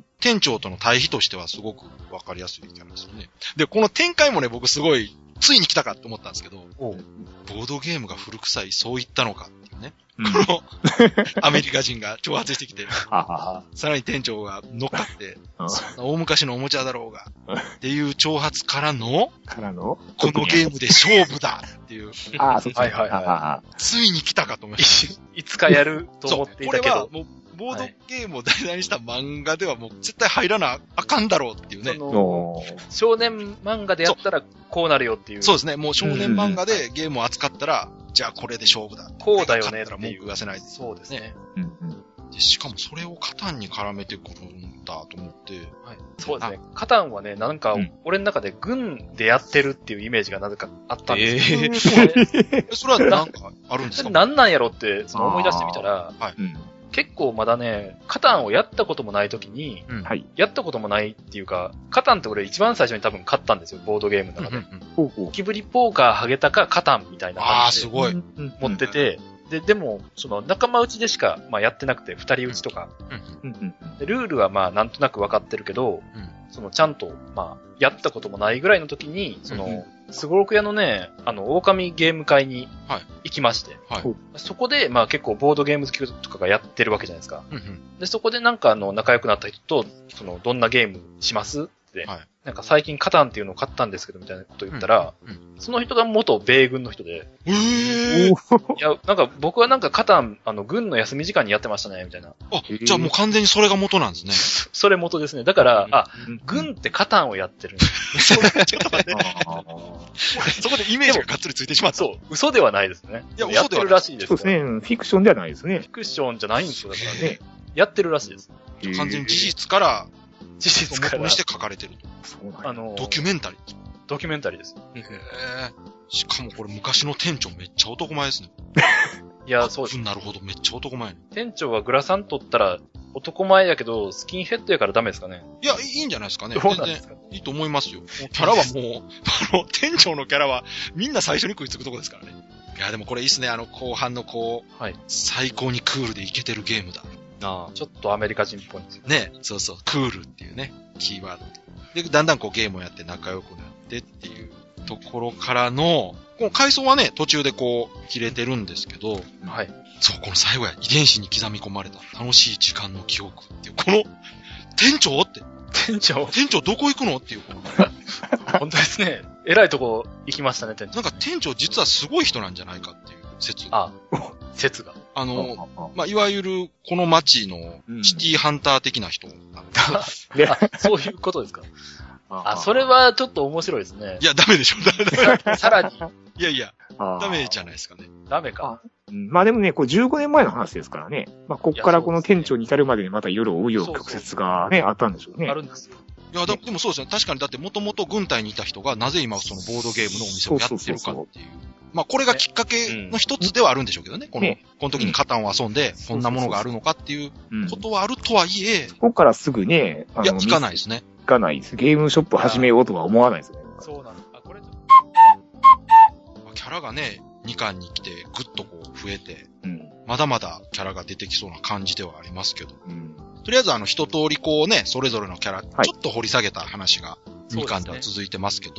店長との対比としてはすごくわかりやすいキャラですよね。で、この展開もね、僕すごい、ついに来たかと思ったんですけど、ボードゲームが古臭い、そういったのかっていうね。うん、この、アメリカ人が挑発してきて、さらに店長が乗っかって、大昔のおもちゃだろうが、っていう挑発からの、 からのこのゲームで勝負だっていう。 ああ、そうはいはいはい。ついに来たかと思いました。 いつかやると思っていたけど。 これはもうボードゲームを題材にした漫画ではもう絶対入らなあかんだろうっていうね。 少年漫画でやったらこうなるよっていう。 そうですね。もう少年漫画でゲームを扱ったら、うん、じゃあこれで勝負だ。 こうだよねっていう。文句言わせないです。 そうですね。 うんうん、でしかもそれをカタンに絡めてくるんだと思って。 はい、そうですね。カタンはね、なんか、俺の中で軍でやってるっていうイメージがなぜかあったんですよ。えー、それはなんかあるんですか？ なんなんやろってその思い出してみたら、はい、うん、結構まだね、カタンをやったこともない時に、うん、やったこともないっていうか、カタンって俺一番最初に多分買ったんですよ、ボードゲームの中で。ゴキブリポーカー、ハゲタカ、カタンみたいな感じで。 あー、すごい。 持ってて、で、でも、その仲間内でしか、まあ、やってなくて、二人内とか、うんうんうん、で。ルールはまあ、なんとなく分かってるけど、うん、その、ちゃんと、まあ、やったこともないぐらいの時に、その、すごろく屋のね、あの、狼ゲーム会に行きまして、はいはい、そこで、まあ結構ボードゲーム好きとかがやってるわけじゃないですか。うんうん、で、そこでなんかあの、仲良くなった人と、その、どんなゲームしますって、はい、なんか最近カタンっていうのを買ったんですけど、みたいなこと言ったら、うんうん、その人が元米軍の人で、 えー、 いや、なんか僕はなんかカタン、あの、軍の休み時間にやってましたね、みたいな。 あ、じゃあもう完全にそれが元なんですね。 それ元ですね。だから、あ、軍ってカタンをやってるんです。 ちょっと待って。そこでイメージががっつりついてしまった。 そう、嘘ではないですね。 いや、 やってるらしいです。 そうですね。フィクションではないですね。 フィクションじゃないんですよ、だからね。やってるらしいです。 完全に事実から、 事実から。 元にして書かれてると。 そうなんあのー、 ドキュメンタリー。 ドキュメンタリーです。 へー。しかもこれ昔の店長めっちゃ男前ですね。 いや、そうです。 なるほど、めっちゃ男前ね。 店長はグラサン取ったら男前やけど、スキンヘッドやからダメですかね？ いや、いいんじゃないですかね。 どうなんですか？ いいと思いますよ。キャラはもう、あの、店長のキャラはみんな最初に食いつくとこですからね。いや、でもこれいいっすね。あの、後半のこう、はい、最高にクールでイケてるゲームだ。 ああ、ちょっとアメリカ人っぽいんですよね。そうそう、クールっていうね、キーワード。で、だんだんこうゲームをやって仲良くなってっていうところからの、この階層はね、途中でこう、切れてるんですけど、はい。そう、この最後や、遺伝子に刻み込まれた楽しい時間の記憶っていう、この、店長って。 店長店長どこ行くのっていう、この。 本当ですね。偉いとこ行きましたね、店長。 なんか店長実はすごい人なんじゃないかっていう説。 あ、説が。 あの、まあ、いわゆる、この街のシティハンター的な人なんですけど、うん、あ、そういうことですか。あ、それはちょっと面白いですね。 いや、ダメでしょ。 さらに。 いやいや、ダメじゃないですかね。 ダメか。 まあでもね、こうじゅうごねんまえの話ですからね。まあ、こっからこの店長に至るまでにまたいろいろ紆余曲折がね、あったんでしょうね。 あるんですよ。 いや、でもそうですね。確かにだってもともと軍隊にいた人がなぜ今そのボードゲームのお店をやってるかっていう。まあこれがきっかけの一つではあるんでしょうけどね。この、この時にカタンを遊んで、こんなものがあるのかっていうことはあるとはいえ。 ここからすぐね、 いや、行かないですね。 行かないです。ゲームショップ始めようとは思わないですね。 そうなんです。あ、これちょっと。キャラがね、にかんに来てぐっとこう増えて、うん、まだまだキャラが出てきそうな感じではありますけど、うん、とりあえずあの一通りこうね、それぞれのキャラ、はい、ちょっと掘り下げた話がにかんでは続いてますけど、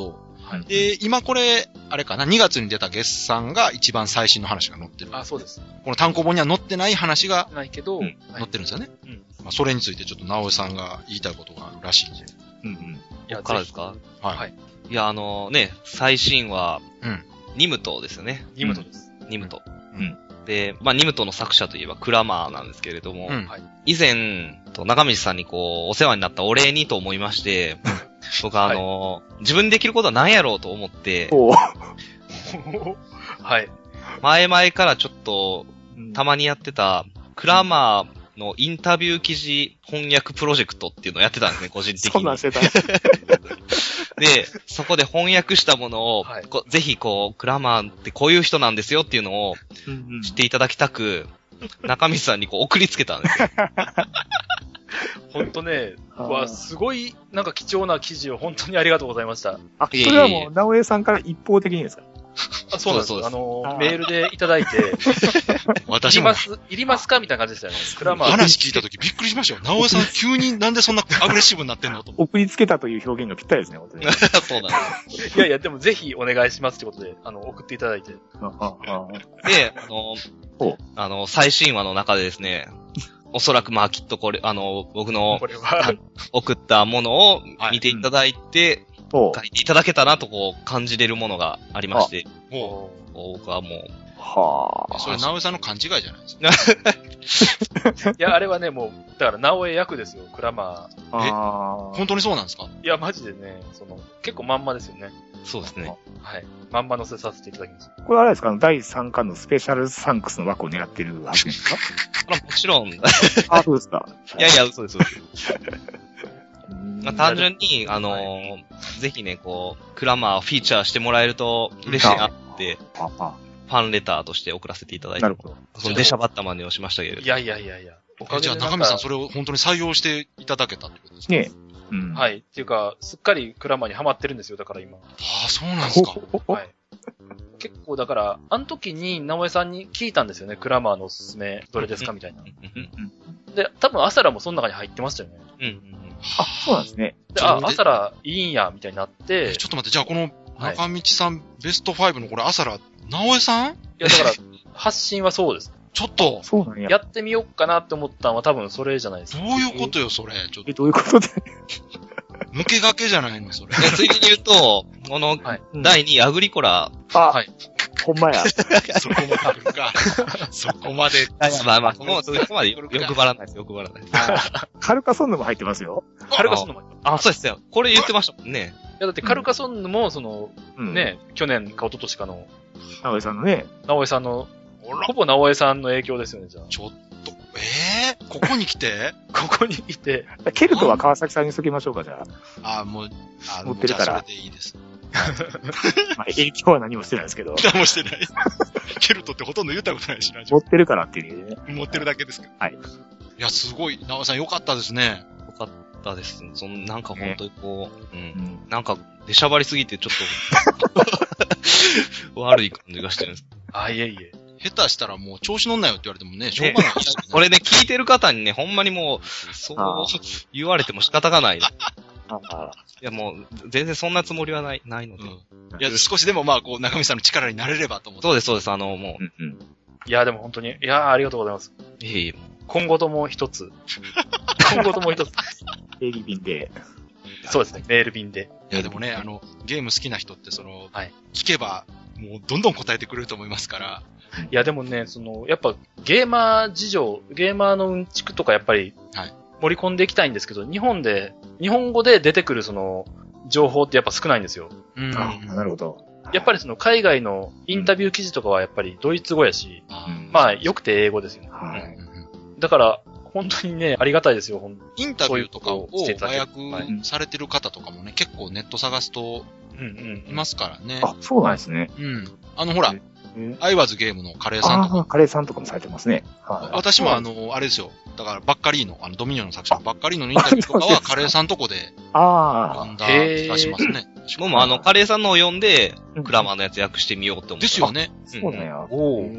はい。で、今これ、あれかな、にがつに出た月産が一番最新の話が載ってる。 あ、そうです。 この単行本には載ってない話が、 ないけど、うん、 載ってるんですよね。うん。まあ、それについてちょっと直江さんが言いたいことがあるらしいんで。 うんうん。いや、ここからですか？ はい。はい。 いや、あのね、最新話、うん。ニムトですよね。 ニムトです。 ニムト。うん。で、まあ、ニムトの作者といえばクラマーなんですけれども、うん、以前、と中道さんにこう、お世話になったお礼にと思いまして、僕はあの、はい、自分でできることは何やろうと思って、 はい。 前々からちょっと、たまにやってた、クラマーのインタビュー記事翻訳プロジェクトっていうのをやってたんですね、個人的に。 そんなんしてた。 で、そこで翻訳したものを、はい、ぜひこう、クラマーってこういう人なんですよっていうのを知っていただきたく、中道さんにこう送りつけたんですよ。 ほんとね、わ、すごい、なんか貴重な記事を本当にありがとうございました。 あ、それはもう、直江さんから一方的にですか？ あ、そうなんです。あの、メールでいただいて、私も。いります、いりますかみたいな感じでしたよね。クラマー。 話聞いたときびっくりしましたよ。直江さん急になんでそんなアグレッシブになってんのと。 送りつけたという表現がぴったりですね、本当に。 そうなんです。 いやいや、でもぜひお願いしますってことで、あの、送っていただいて。で、 あの、あの、最新話の中でですね、おそらくまあきっとこれ、あの、僕の送ったものを見ていただいて、書いていただけたなとこう感じれるものがありまして、僕はもう、 はあ。それ、直江さんの勘違いじゃないですか。 いや、あれはね、もう、だから、直江役ですよ、クラマー。え本当にそうなんですか？ いや、マジでね、その、結構まんまですよね。 そうですね。 はい。まんま乗せさせていただきました。 これあれですか？だいさんかんのスペシャルサンクスの枠を狙ってるわけですか？ もちろん。 あ、そうですか。 いやいや、嘘です、嘘です。まあ、単純に、あのーはい、ぜひね、こう、クラマーをフィーチャーしてもらえると嬉しいなって、ファンレターとして送らせていただいて。 なるほど。 その出しゃばった真似をしましたけれど。 いやいやいやいや。 おかげでじゃあ中身さんそれを本当に採用していただけたってことですか？ ねえ。うん。はい。っていうか、すっかりクラマーにハマってるんですよ、だから今。ああ、そうなんですか。 はい。結構だから、あの時に直江さんに聞いたんですよね、クラマーのおすすめ、どれですかみたいな。で、多分アサラもその中に入ってましたよね。 うん。 あ、そうなんですね。 で、あ、アサラいいんや、みたいになって。 ちょっと待って、じゃあこの中道さん、はい、ベストファイブのこれアサラ、直江さん？いや、だから、発信はそうです。 ちょっと。 そうなんや。 やってみようかなって思ったのは多分それじゃないですか。 どういうことよ、それ。ちょっと。 え、どういうことで抜け駆けじゃないの、それ。 ついでに言うと、この、だいにいアグリコラ。 あ、はい。ほんまや。 そこまであるか。そこまで。 まあまあ、そこまで欲張らないです、欲張らないです。 カルカソンヌも入ってますよ。 カルカソンヌも入ってます。 あ、そうですよ。これ言ってましたもんね。 いや、だってカルカソンヌも、その、ね、去年か一昨年かの。 直江さんのね。 直江さんの、ほぼ直江さんの影響ですよね、じゃあ。 ちょっと、ええー、ここに来てここに来て。 ケルトは川崎さんにしときましょうか、じゃあ。ああ、もう、あ持ってるから。 それでいいです。 まあ、影響は何もしてないですけど。 何もしてない。ケルトってほとんど言ったことないしな。 持ってるからっていうね。 持ってるだけですか。 はい。 いや、すごい、直江さんよかったですね。 よかったです。その、なんか本当にこう、ね、うん、うん。なんか、出しゃばりすぎてちょっと、悪い感じがしてるんです。 あ、いえいえ。 下手したらもう調子乗んなよって言われてもね、しょうがないし、ね。 これね、聞いてる方にね、ほんまにもう、そう言われても仕方がない。いやもう、全然そんなつもりはない、ないので。うん、 いや、少しでもまあ、こう、中身さんの力になれればと思って。 そうです、そうです、あの、もう。うんうん、 いや、でも本当に、いや、ありがとうございます。 いえいえ。 今後とも一つ。今後とも一つ。 メール便で。 そうですね、メール便で。 いや、でもね、あの、ゲーム好きな人って、その、はい、聞けば、もうどんどん答えてくれると思いますから。 いや、でもね、その、やっぱ、ゲーマー事情、ゲーマーのうんちくとかやっぱり、盛り込んでいきたいんですけど、日本で、日本語で出てくるその、情報ってやっぱ少ないんですよ。 うん。あ、なるほど。 やっぱりその、海外のインタビュー記事とかはやっぱりドイツ語やし、うん、まあ、よくて英語ですよね。はい、だから、本当にね、ありがたいですよ、 インタビューとかを和訳されてる方とかもね、結構ネット探すと、いますからね。 あ、そうなんですね。 うん。あの、ほら、アイワズゲームのカレーさんとか。 ああ、カレーさんとかもされてますね。 はい、私もあの、あれですよ。だから、バッカリーノ、あの、ドミニオンの作者のバッカリーノのインタビューとかは、カレーさんとこで、読んだ気がしますね。 僕もあの、カレーさんのを読んで、クラマーのやつ訳してみようって思って。 ですよね。 そうだよ。 お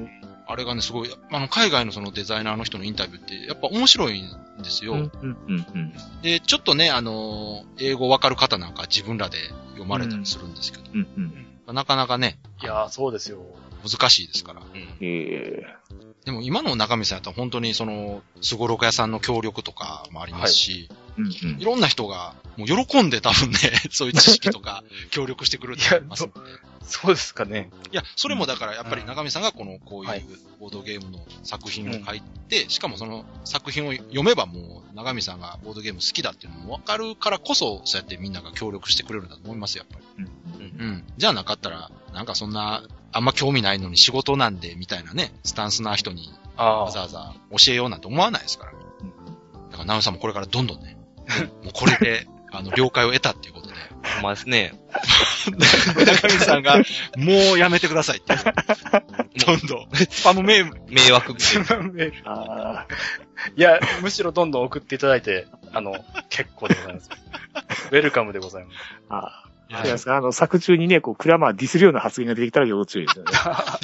あれがね、すごい、あの、海外のそのデザイナーの人のインタビューって、やっぱ面白いんですよ。うんうんうんうん、で、ちょっとね、あの、英語わかる方なんか自分らで読まれたりするんですけど、うんうんうん、なかなかね、 いやー、そうですよ。 難しいですから。うん、えー、でも今の中身さんやったら本当にその、スゴロク屋さんの協力とかもありますし、はいうんうん、いろんな人がもう喜んで多分ね、そういう知識とか協力してくれると思います。 そうですかね。 いや、それもだからやっぱり中身さんがこの、こういうボードゲームの作品を書いて、しかもその作品を読めばもう中身さんがボードゲーム好きだっていうのもわかるからこそ、そうやってみんなが協力してくれるんだと思いますよ、やっぱり。うんうんうん、じゃあなかったら、なんかそんな、あんま興味ないのに仕事なんで、みたいなね、スタンスな人に、わざわざ教えようなんて思わないですから。だから直美さんもこれからどんどんね、もうこれで、あの、了解を得たっていうことで。 ほんまですね。 中身さんが、もうやめてくださいって。どんどん。スパムメール。 迷惑メール。 スパムメール。あいや、むしろどんどん送っていただいて、あの、結構でございます。ウェルカムでございます。ああ。いやですか、あの、作中にね、こう、クラマーディスるような発言が出てきたら要注意ですよね。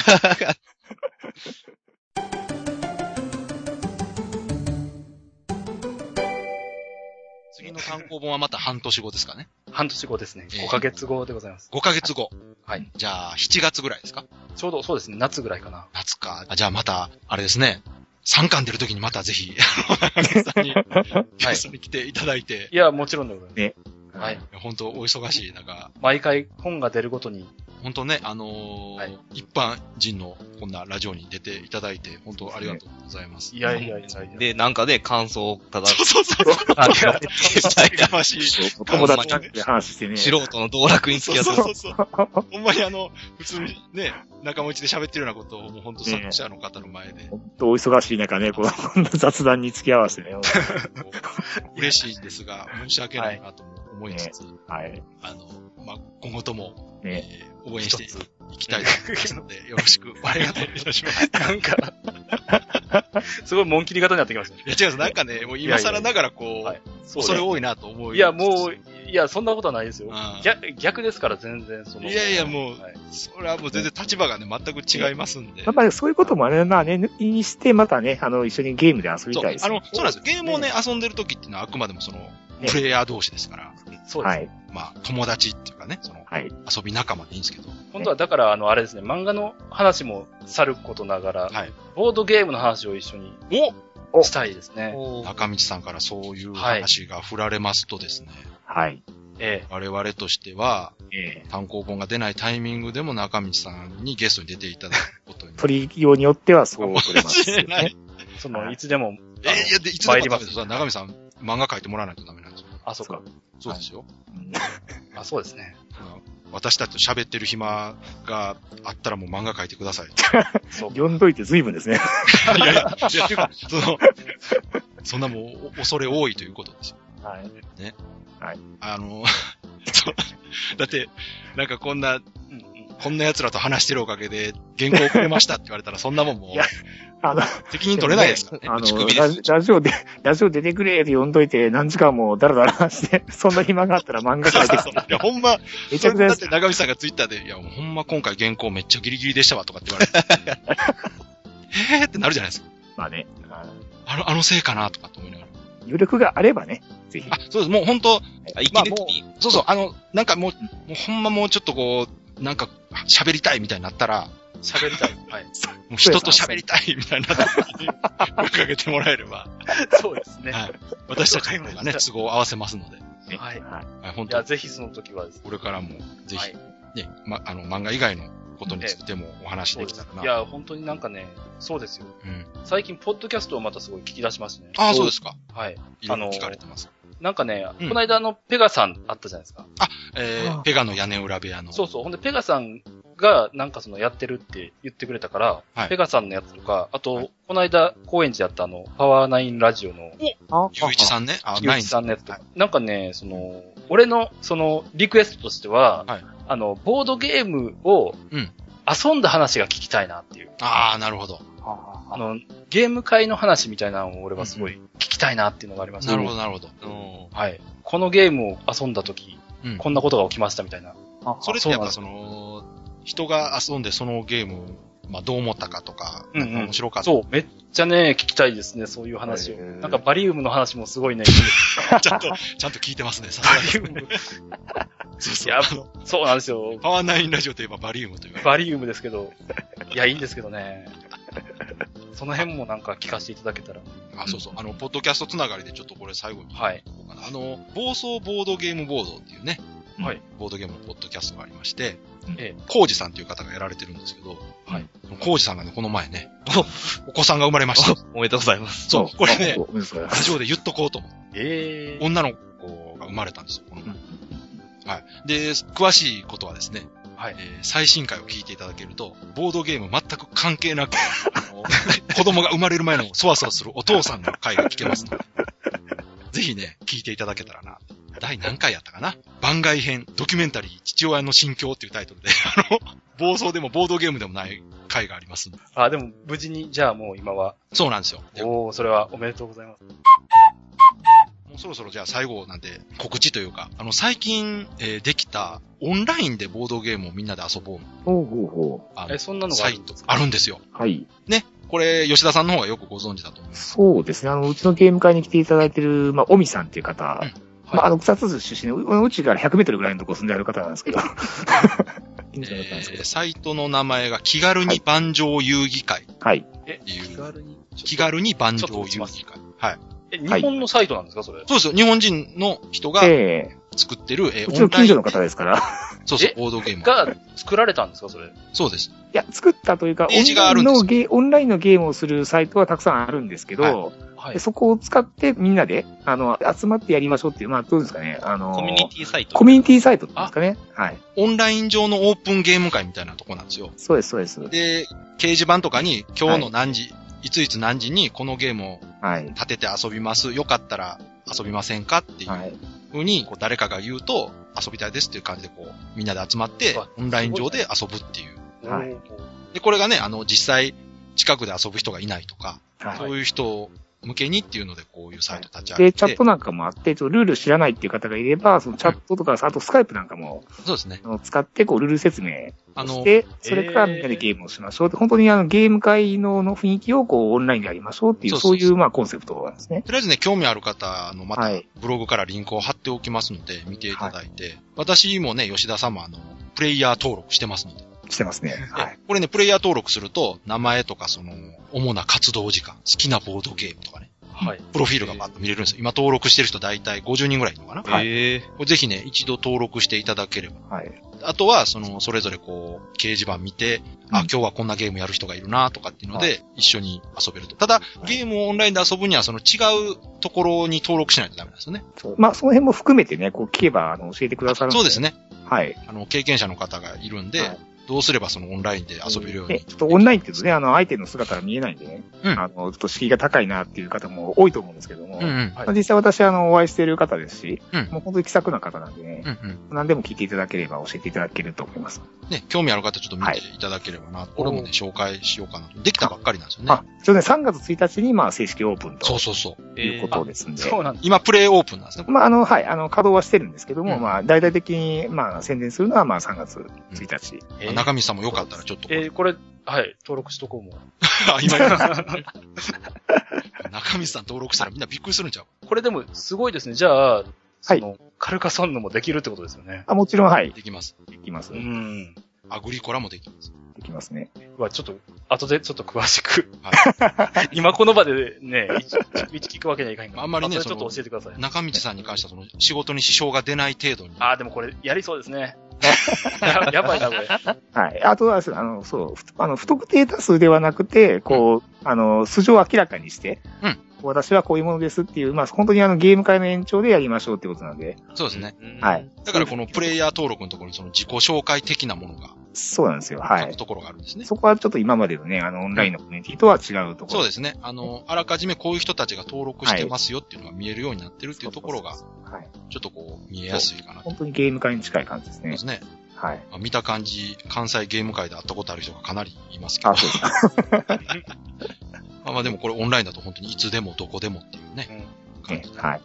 次の単行本はまた半年後ですかね。 半年後ですね。ごかげつごでございます。 ごかげつご。 はい。 じゃあ、しちがつぐらいですか？ ちょうどそうですね。夏ぐらいかな。 夏か。じゃあまた、あれですね。さんかん出るときにまたぜひ、中根さんに、ゲストに来ていただいて。 いや、もちろんでございます。ね。 はい。本当お忙しい中。 毎回本が出るごとに。 本当ね、あのーはい、一般人のこんなラジオに出ていただいて、本当ありがとうございます。 いやいやいやいや。 で、なんかで感想をただ、 そうそうそう。ありがとうございます。 友達で話してね。 素人の道楽に付き合ってそうそうそう。ほんまにあの、普通にね、仲間内で喋ってるようなことを、もう本当作者の方の前で。 本当お忙しい中ね、こんな雑談に付き合わせてね。 嬉しいですが、申し訳ないなと思いつつ、はい。あの、まあ、今後とも、ね、えー、応援していきたいと思いますので、よろしくお願いいたします。 なんか、すごい紋切り型になってきましたね。 いや違うんです。なんかね、もう今更ながらこう、いやいやいやそれ多いなと思う。 いや、もう、いや、そんなことはないですよ。逆、逆ですから全然その。 いやいや、もう、はい、それはもう全然立場がね、全く違いますんで。 やっぱりそういうこともあれな、ね、にして、またね、あの、一緒にゲームで遊びたいです、 ね。そう、あの、そうなんです。ゲームをね、遊んでる時っていうのはあくまでもその、プレイヤー同士ですから。 そうです。はい。 まあ、友達っていうかね、その、はい、遊び仲間でいいんですけど。 本当はだから、あの、あれですね、漫画の話もさることながら、はい、ボードゲームの話を一緒にしたいですね。 中道さんからそういう話が振られますとですね。 はい。 ええ、我々としては、ええ、単行本が出ないタイミングでも中道さんにゲストに出ていただくことに。 取りようによってはそう取れます、ね。ない。 その、いつでも。 ええ、いや、で、いつでもダメです。中道さん、漫画描いてもらわないとダメなんですよ。 あ、そうか。 そうですよ。 あ、そうですね。 私たちと喋ってる暇があったらもう漫画描いてください。 読んどいて随分ですね。いやいや、いや、 ていうか、その、そんなもう恐れ多いということですよ。はい。ね。はい。あの、だって、なんかこんな、こんな奴らと話してるおかげで原稿送れましたって言われたらそんなもんもう、あの、責任取れないですからね。 あの、ラ, ラジオで、ラジオ出てくれって読んどいて何時間もダラダラして、そんな暇があったら漫画描いてきて。いや、ほんま、めちゃくちゃだって長見さんがツイッターで、いや、ほんま今回原稿めっちゃギリギリでしたわとかって言われて。えーってなるじゃないですか。 まあね。 あの、あのせいかなとかって思いながら。 余力があればね、ぜひ。 あ、そうです。もう本当、まあもう、そうそう、あの、なんかもう、もうほんまもうちょっとこう、なんか喋りたいみたいになったら、 喋りたい。はい。 もう人と喋りたいみたいな時に声かけてもらえれば。 そうですね。はい。 私たちの方がね、都合を合わせますので。 はい。はい。 本当。いや、ぜひその時はですね。 これからも、ぜひ、ね、ま、あの、漫画以外のことについてもお話できたらな。 いや、本当になんかね、そうですよ。うん。最近、ポッドキャストをまたすごい聞き出しますね。 ああ、そうですか。 はい。 あの、聞かれてます。 なんかね、この間あの、ペガさんあったじゃないですか。 あ、えー、ペガの屋根裏部屋の。 そうそう。ほんで、ペガさんが、なんかその、やってるって言ってくれたから、はい、ペガさんのやつとか、あと、はい、この間、高円寺やったあの、パワーナインラジオの、 おゆういちさんね。 あ、ゆういちさんのやつとか、はい。なんかね、その、俺の、その、リクエストとしては、はい、あの、ボードゲームを、うん、遊んだ話が聞きたいなっていう。 ああ、なるほど。 あの、ゲーム会の話みたいなのを俺はすごい聞きたいなっていうのがあります、 ね、なるほど、なるほど。 はい。このゲームを遊んだ時、うん、こんなことが起きましたみたいな。 それってやっぱその、人が遊んでそのゲームまあどう思ったかとか、 うんうん、 面白かった。 そう、めっちゃね、聞きたいですね、そういう話を。なんかバリウムの話もすごいね。 ちゃんと、ちゃんと聞いてますね、さすがに。バリウム。そうそう。いや、 そうなんですよ。 パワーナインラジオといえばバリウムという。 バリウムですけど。いや、いいんですけどね。その辺もなんか聞かせていただけたら。 あ、そうそう。あの、ポッドキャストつながりでちょっとこれ最後に。 はい。 あの、暴走ボードゲームボードっていうね。 はい。 ボードゲームのポッドキャストがありまして、 ええ、 コウジさんという方がやられてるんですけど、 はい。 コウジさんがね、この前ね、お子さんが生まれました。 おめでとうございます。 そう、これね、ラジオで言っとこうと思って。 ええー、女の子が生まれたんですよ、この前。はい。で、詳しいことはですね、 はい。 えー、最新回を聞いていただけると、ボードゲーム全く関係なく、子供が生まれる前のそわそわするお父さんの回が聞けますので、ぜひね、聞いていただけたらな。第何回やったかな、番外編、ドキュメンタリー、父親の心境っていうタイトルで、あの、暴走でもボードゲームでもない回があります。 あ、でも無事に、じゃあもう今は。 そうなんですよ。 おー、それはおめでとうございます。 もうそろそろじゃあ最後なんで告知というか、あの最近、えー、できたオンラインでボードゲームをみんなで遊ぼう。 ほうほうほう。え、そんなのがあるんですか？ あるんですよ。 はい。 ね。これ、吉田さんの方がよくご存知だと思います。 そうですね。あの、うちのゲーム会に来ていただいてる、まあ、オミさんっていう方。うん、はい、まあ、あの、草津市出身の、うちからひゃくメートルぐらいのところ住んである方なんですけど。 えー、サイトの名前が気軽に万丈遊戯会。 はい。 え、気軽に気軽に万丈遊戯会。はい。 え、日本のサイトなんですか、それ？ そうですよ。日本人の人が作ってる、 えー、えー、うちの近所の方ですから。 そうそう、ボードゲーム。 が作られたんですか、それ？ そうです。 いや、作ったというか、オンラインのゲー、オンラインのゲームをするサイトはたくさんあるんですけど、はいはい、そこを使ってみんなで、あの、集まってやりましょうっていう、まあ、どうですかね、あの、 コミュニティサイト。 コミュニティサイトっていうんですかね。はい。 オンライン上のオープンゲーム会みたいなとこなんですよ。 そうです、そうです。 で、掲示板とかに、今日の何時、はい、いついつ何時にこのゲームを立てて遊びます。はい、よかったら遊びませんかっていう風に、こう誰かが言うと、遊びたいですっていう感じで、こう、みんなで集まって、オンライン上で遊ぶっていう。 はい。 で、これがね、あの、実際、近くで遊ぶ人がいないとか、はい、そういう人向けにっていうので、こういうサイト立ち上げて、 で、チャットなんかもあって、ちょっとルール知らないっていう方がいれば、そのチャットとか、うん、あとスカイプなんかも、 そうですね。 使って、こう、ルール説明をして、それからみんなでゲームをしましょう。えー、本当にあの、ゲーム会のの雰囲気を、こう、オンラインでやりましょうっていう、そういう、まあ、コンセプトなんですね。 とりあえずね、興味ある方の、また、ブログからリンクを貼っておきますので、見ていただいて、はい、私もね、吉田様、あの、プレイヤー登録してますので。 してますね。はい。 これね、プレイヤー登録すると、名前とかその、主な活動時間、好きなボードゲームとかね。 はい。 プロフィールがバッと見れるんですよ。今登録してる人だいたいごじゅうにんぐらいいるのかな。 はい。これぜひね、一度登録していただければ。 はい。 あとは、その、それぞれこう、掲示板見て、うん、あ、今日はこんなゲームやる人がいるなとかっていうので、はい、一緒に遊べると。ただ、ゲームをオンラインで遊ぶには、その違うところに登録しないとダメなんですよね。 そう。まあ、その辺も含めてね、こう聞けば、あの、教えてくださるんで。 そうですね。 はい。 あの、経験者の方がいるんで、はい、どうすればそのオンラインで遊べるように。 ね、ちょっとオンラインって言うとね、あの、相手の姿が見えないんでね、うん、あの、ちょっと敷居が高いなっていう方も多いと思うんですけども、 うんうんはい、実際私、あの、お会いしている方ですし、 うん、 もう本当に気さくな方なんでね、 うんうん、 何でも聞いていただければ教えていただけると思います。 ね、興味ある方ちょっと見ていただければな、はい、俺もね、紹介しようかなと。できたばっかりなんですよね。 あ、ちょうどね、さんがつついたちに、まあ、正式オープンと。 そうそうそう。 いうことですんで。 えー、そうなんです。 今、プレイオープンなんですね。 まあ、あの、はい、あの、稼働はしてるんですけども、うん、まあ、大々的に、まあ、宣伝するのは、まあ、さんがつついたち。うんえー、中身さんもよかったらちょっと。 えー、これ、はい、登録しとこうも。 今中身さん登録したらみんなびっくりするんちゃう？ これでも、すごいですね。じゃあ、その、はい、カルカソンヌもできるってことですよね。 あ、もちろん、はい。 できます。 できます。 うん。 アグリコラもできます。 できますね。 うわ、ちょっと、後でちょっと詳しく。はい、今この場でね、一聞くわけにはいかへんから。 あんまりね、 それちょっと教えてください。 中道さんに関しては、その、仕事に支障が出ない程度に。 ああ、でもこれ、やりそうですね。や, やばいな、これ。 はい。あとは、あの、そう、あの、不特定多数ではなくて、こう、うん、あの、素性を明らかにして、 うん。 私はこういうものですっていう、まあ、本当にあの、ゲーム会の延長でやりましょうってことなんで。 そうですね。 はい。 だからこのプレイヤー登録のところにその自己紹介的なものが。 そうなんですよ。はい。 ところがあるんですね。 そこはちょっと今までのね、あの、オンラインのコミュニティとは違うところ。 そうですね。あの、あらかじめこういう人たちが登録してますよっていうのが見えるようになってるっていうところが、はい。ちょっとこう、見えやすいかな。 本当にゲーム会に近い感じですね。 そうですね。 はい。 まあ、見た感じ、関西ゲーム会で会ったことある人がかなりいますけど。 あ、そうですか。 まあまあでもこれオンラインだと本当にいつでもどこでもっていうね。 うん、感じで。はい。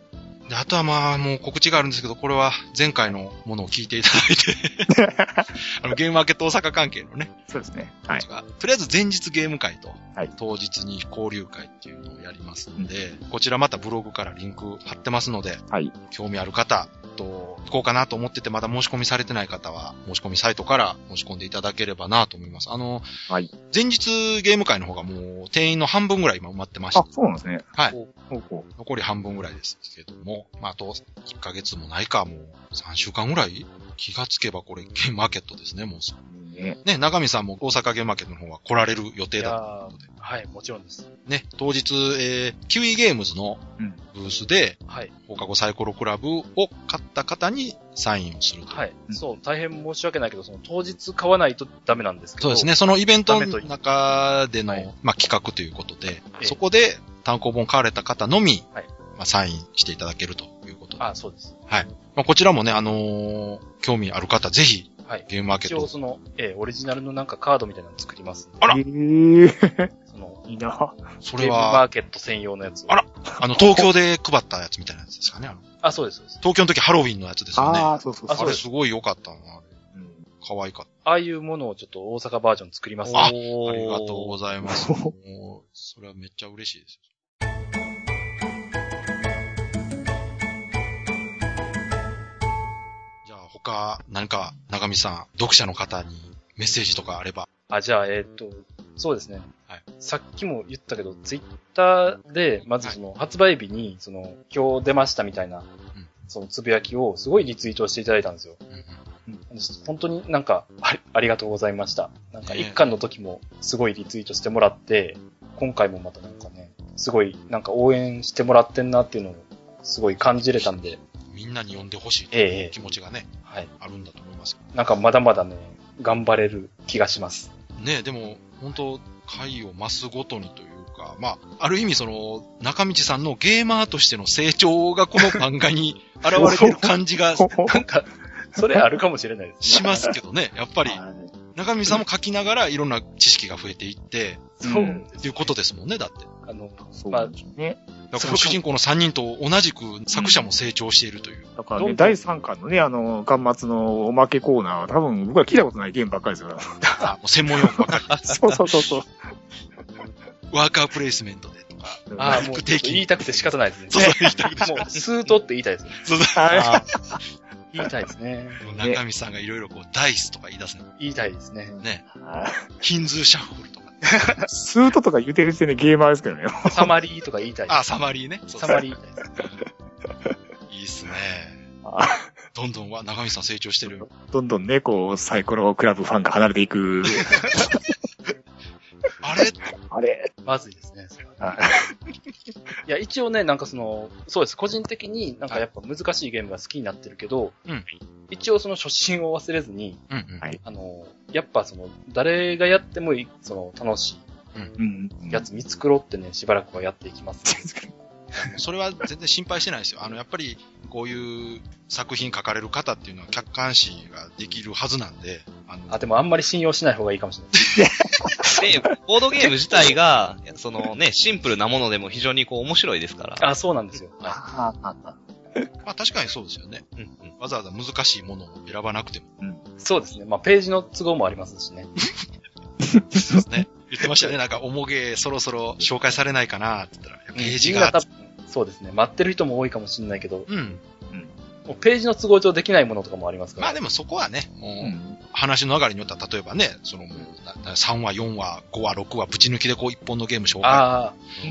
で、あとはまあ、もう告知があるんですけど、これは前回のものを聞いていただいて、あの、ゲームマーケット大阪関係のね。 そうですね。はい。 とりあえず前日ゲーム会と、 はい、 当日に交流会っていうのをやりますんで、うん、こちらまたブログからリンク貼ってますので、 はい。 興味ある方、と、行こうかなと思っててまだ申し込みされてない方は、申し込みサイトから申し込んでいただければなと思います。あの、 はい。 前日ゲーム会の方がもう定員の半分ぐらい今埋まってまして。 あ、そうなんですね。 はい。ほうほう残り半分ぐらいですけども、まあ、あといっかげつもないか、もうさんしゅうかんぐらい気がつけばこれゲームマーケットですね、もう。ね、ね、長見さんも大阪ゲームマーケットの方は来られる予定だということで。 はい、もちろんです。 ね、当日、えー、キウイゲームズのブースで、 うん、はい。 放課後サイコロクラブを買った方にサインをすると。 はい。うん、そう、大変申し訳ないけど、その当日買わないとダメなんですけど。 そうですね、そのイベントの中での、はい、まあ、企画ということで、えー、そこで単行本買われた方のみ、はい、まあ、サインしていただけるということで。 あ、そうです。 はい。まあ、こちらもね、あのー、興味ある方、ぜひ、はい。ゲームマーケット。 一応その、えー、オリジナルのなんかカードみたいなの作りますんで。 あら、 えー、 その、 いいな。 それは。 ゲームマーケット専用のやつを。 あら、あの、東京で配ったやつみたいなやつですかね。あのあ、そうです、そうです。 東京の時ハロウィンのやつですよね。 ああ、そうそうそう。 あれすごい良かったな。うん。可愛かった。 ああいうものをちょっと大阪バージョン作りますね。あ、ありがとうございます。もう、それはめっちゃ嬉しいです。他、何か、長見さん、読者の方にメッセージとかあれば。 あ、じゃあ、えー、っと、そうですね。 はい。 さっきも言ったけど、ツイッターで、まずその、発売日に、その、今日出ましたみたいな、うん、そのつぶやきをすごいリツイートしていただいたんですよ。うんうん、本当になんかあ、ありがとうございました。なんか、一巻の時もすごいリツイートしてもらって、今回もまたなんかね、すごいなんか応援してもらってんなっていうのを、すごい感じれたんで。 みんなに読んでほしいという気持ちがね、 ええ、はい、 あるんだと思います。 なんかまだまだね、頑張れる気がします。 ねえ、でも、本当回を増すごとにというか、まあ、ある意味その、中道さんのゲーマーとしての成長がこの漫画に現れてる感じが、 なんか、それあるかもしれないですね。 しますけどね、やっぱり。中道さんも書きながらいろんな知識が増えていって、 そう、 っていうことですもんね、だって。 あの、まあ、ね。 だから主人公のさんにんと同じく作者も成長しているという。 だからね、だいさんかんのね、あの、巻末のおまけコーナーは多分僕は聞いたことないゲームばっかりですよ。 あ、もう専門用語ばっかり。 そうそうそうそう。 ワーカープレイスメントでとか。 ああ、もう言いたくて仕方ないですね。 そうそう、言いたくて。 もう、スートって言いたいですね。 そうそう。 言いたいですね。 中見さんがいろいろこう、ダイスとか言い出すの。 言いたいですね。 ね。ヒンズーシャッフルとか。 スートとか言うてる時点でゲーマーですけどね。 サマリーとか言いたい。 あ、サマリーね。 サマリー言いたいです。 いいっすね。どんどんは、長見さん成長してる。 どんどんね、こう、サイコロクラブファンが離れていく。 あれあれまずいですね。いや、一応ね、なんかその、そうです。個人的になんかやっぱ難しいゲームが好きになってるけど、 うん、 一応その初心を忘れずに、 うんうん、 あの、やっぱその、誰がやってもいい、その、楽しいやつ見繕ってね、しばらくはやっていきます、ね。 それは全然心配してないですよ。あの、やっぱり、こういう作品書かれる方っていうのは客観視ができるはずなんで。 あのあ、でもあんまり信用しない方がいいかもしれない。 で、ボードゲーム自体が、そのね、シンプルなものでも非常にこう面白いですから。 あ、そうなんですよ。はい、 まあ確かにそうですよね。うんうん、わざわざ難しいものを選ばなくても。 うん、そうですね。まあページの都合もありますしね。 そうですね。言ってましたね。なんか、おもげそろそろ紹介されないかなって言ったら、ページが。 そうですね。待ってる人も多いかもしれないけど。 うん。うん。 もうページの都合上できないものとかもありますから。 まあでもそこはね、もう、うん、話の流れによっては、例えばね、その、さんわ、よんわ、ごわ、ろくわ、ぶち抜きでこう一本のゲーム紹介。ああ。うん。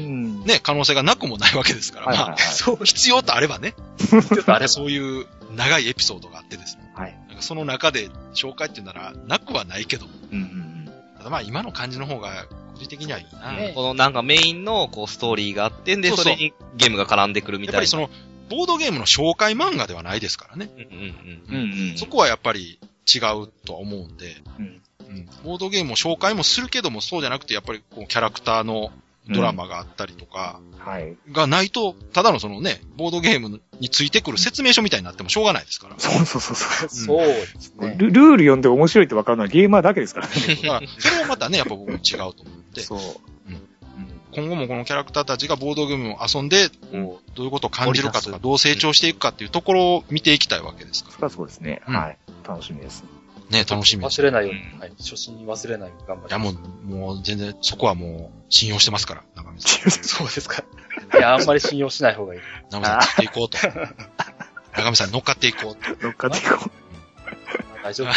ね、可能性がなくもないわけですから。はいはいはい、まあ、そう、必要とあればね。必要とあれば。そういう長いエピソードがあってですね。 はい。 なんかその中で紹介っていうなら、なくはないけど。 うんうんうん。 ただまあ今の感じの方が、個人的にはいいな、ね。 このなんかメインのこうストーリーがあってんで、そうそうそれにゲームが絡んでくるみたいな。 やっぱりその、ボードゲームの紹介漫画ではないですからね。 うんうんうんうん、そこはやっぱり違うとは思うんで、 うんうん、ボードゲームを紹介もするけども、そうじゃなくてやっぱりこうキャラクターのドラマがあったりとか、 はい。 がないと、ただのそのね、ボードゲームについてくる説明書みたいになってもしょうがないですから。 そうそうそうそう。 そうですね。 ルール読んで面白いって分かるのはゲーマーだけですからね。 だからそれもまたね、やっぱ僕も違うと思うんで。 そう。 うん。 今後もこのキャラクターたちがボードゲームを遊んで、うん、どういうことを感じるかとか、どう成長していくかっていうところを見ていきたいわけですから。 そうですね。うん、はい。楽しみです。 ね、楽しみです。 忘れないように、うん、はい。初心に忘れないように頑張ります。 いや、もう、もう全然、そこはもう、信用してますから、中見さん。そうですか。いや、あんまり信用しない方がいい。 中見さん、乗っていこうと。中見さん、乗っかっていこうと。 乗っかっていこう。 大丈夫か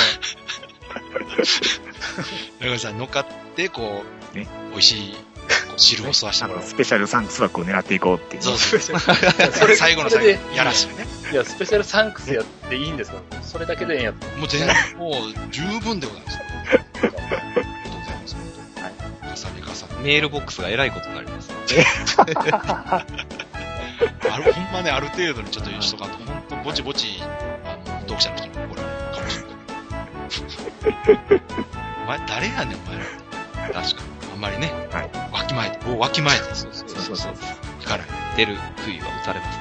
中見さん、乗っかって、こう、ね、美味しい、汁を吸わしてもらう。 スペシャルサンクス枠を狙っていこうっていう。 そうそうそう。それ最後の最後、やらしいね。 いや、スペシャルサンクスやっていいんですか？それだけでええんやった。 もう全然、もう十分でございます。ありがとうございます。はい。重ね重ね。 メールボックスがえらいことになります。 ある、ほんまね、ある程度にちょっと言うしとかんと、ほんとぼちぼち、あの、読者の人に怒られるかもしれない。お前誰やねん、お前ら。確かに。あんまりね、はい、わきまえて、おわきまえて、そうそうそうそう。いかない。 出る杭は打たれます。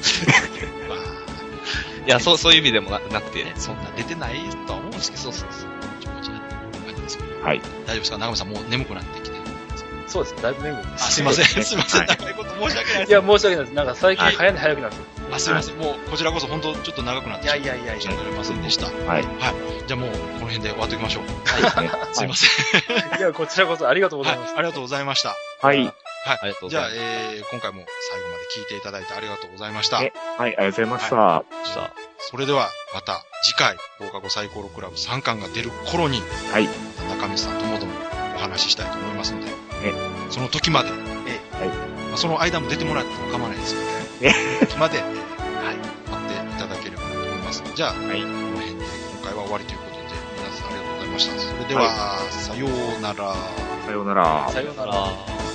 いや、そう、そういう意味でも な, なくて、ね。 そんな出てないとは思うんですけど、そうそうそう。ちょこちょこ感じですけど。 はい。 大丈夫ですか？長見さんもう眠くなってきて。 そうです。だいぶ眠くなって。あ、 すいません。すいません。長いこと申し訳ないです。 いや、申し訳ないです。なんか最近早寝早くなって。 あ、すいません。もう、こちらこそ本当ちょっと長くなってしまって。いやいやいやいや。申し訳ありませんでした。はい。はい。じゃあもう、この辺で終わっておきましょう。はい。すいません。 いや、こちらこそありがとうございました。 ありがとうございました。 はい。 はい。ありがとうございます。じゃあ、えー、今回も最後まで聞いていただいてありがとうございました。はい、 ありがとうございました。はい、 じゃあ、それでは、また次回、放課後サイコロクラブさんかんが出る頃に、 はい。 中道さんともどもお話ししたいと思いますので、えその時まで、えはい。まあ、その間も出てもらっても構わないですけど、ね、その時まで、はい。待っていただければと思います。じゃあ、はい、この辺で今回は終わりということで、皆さんありがとうございました。それでは、はい、さようなら。 さようなら。 さようなら。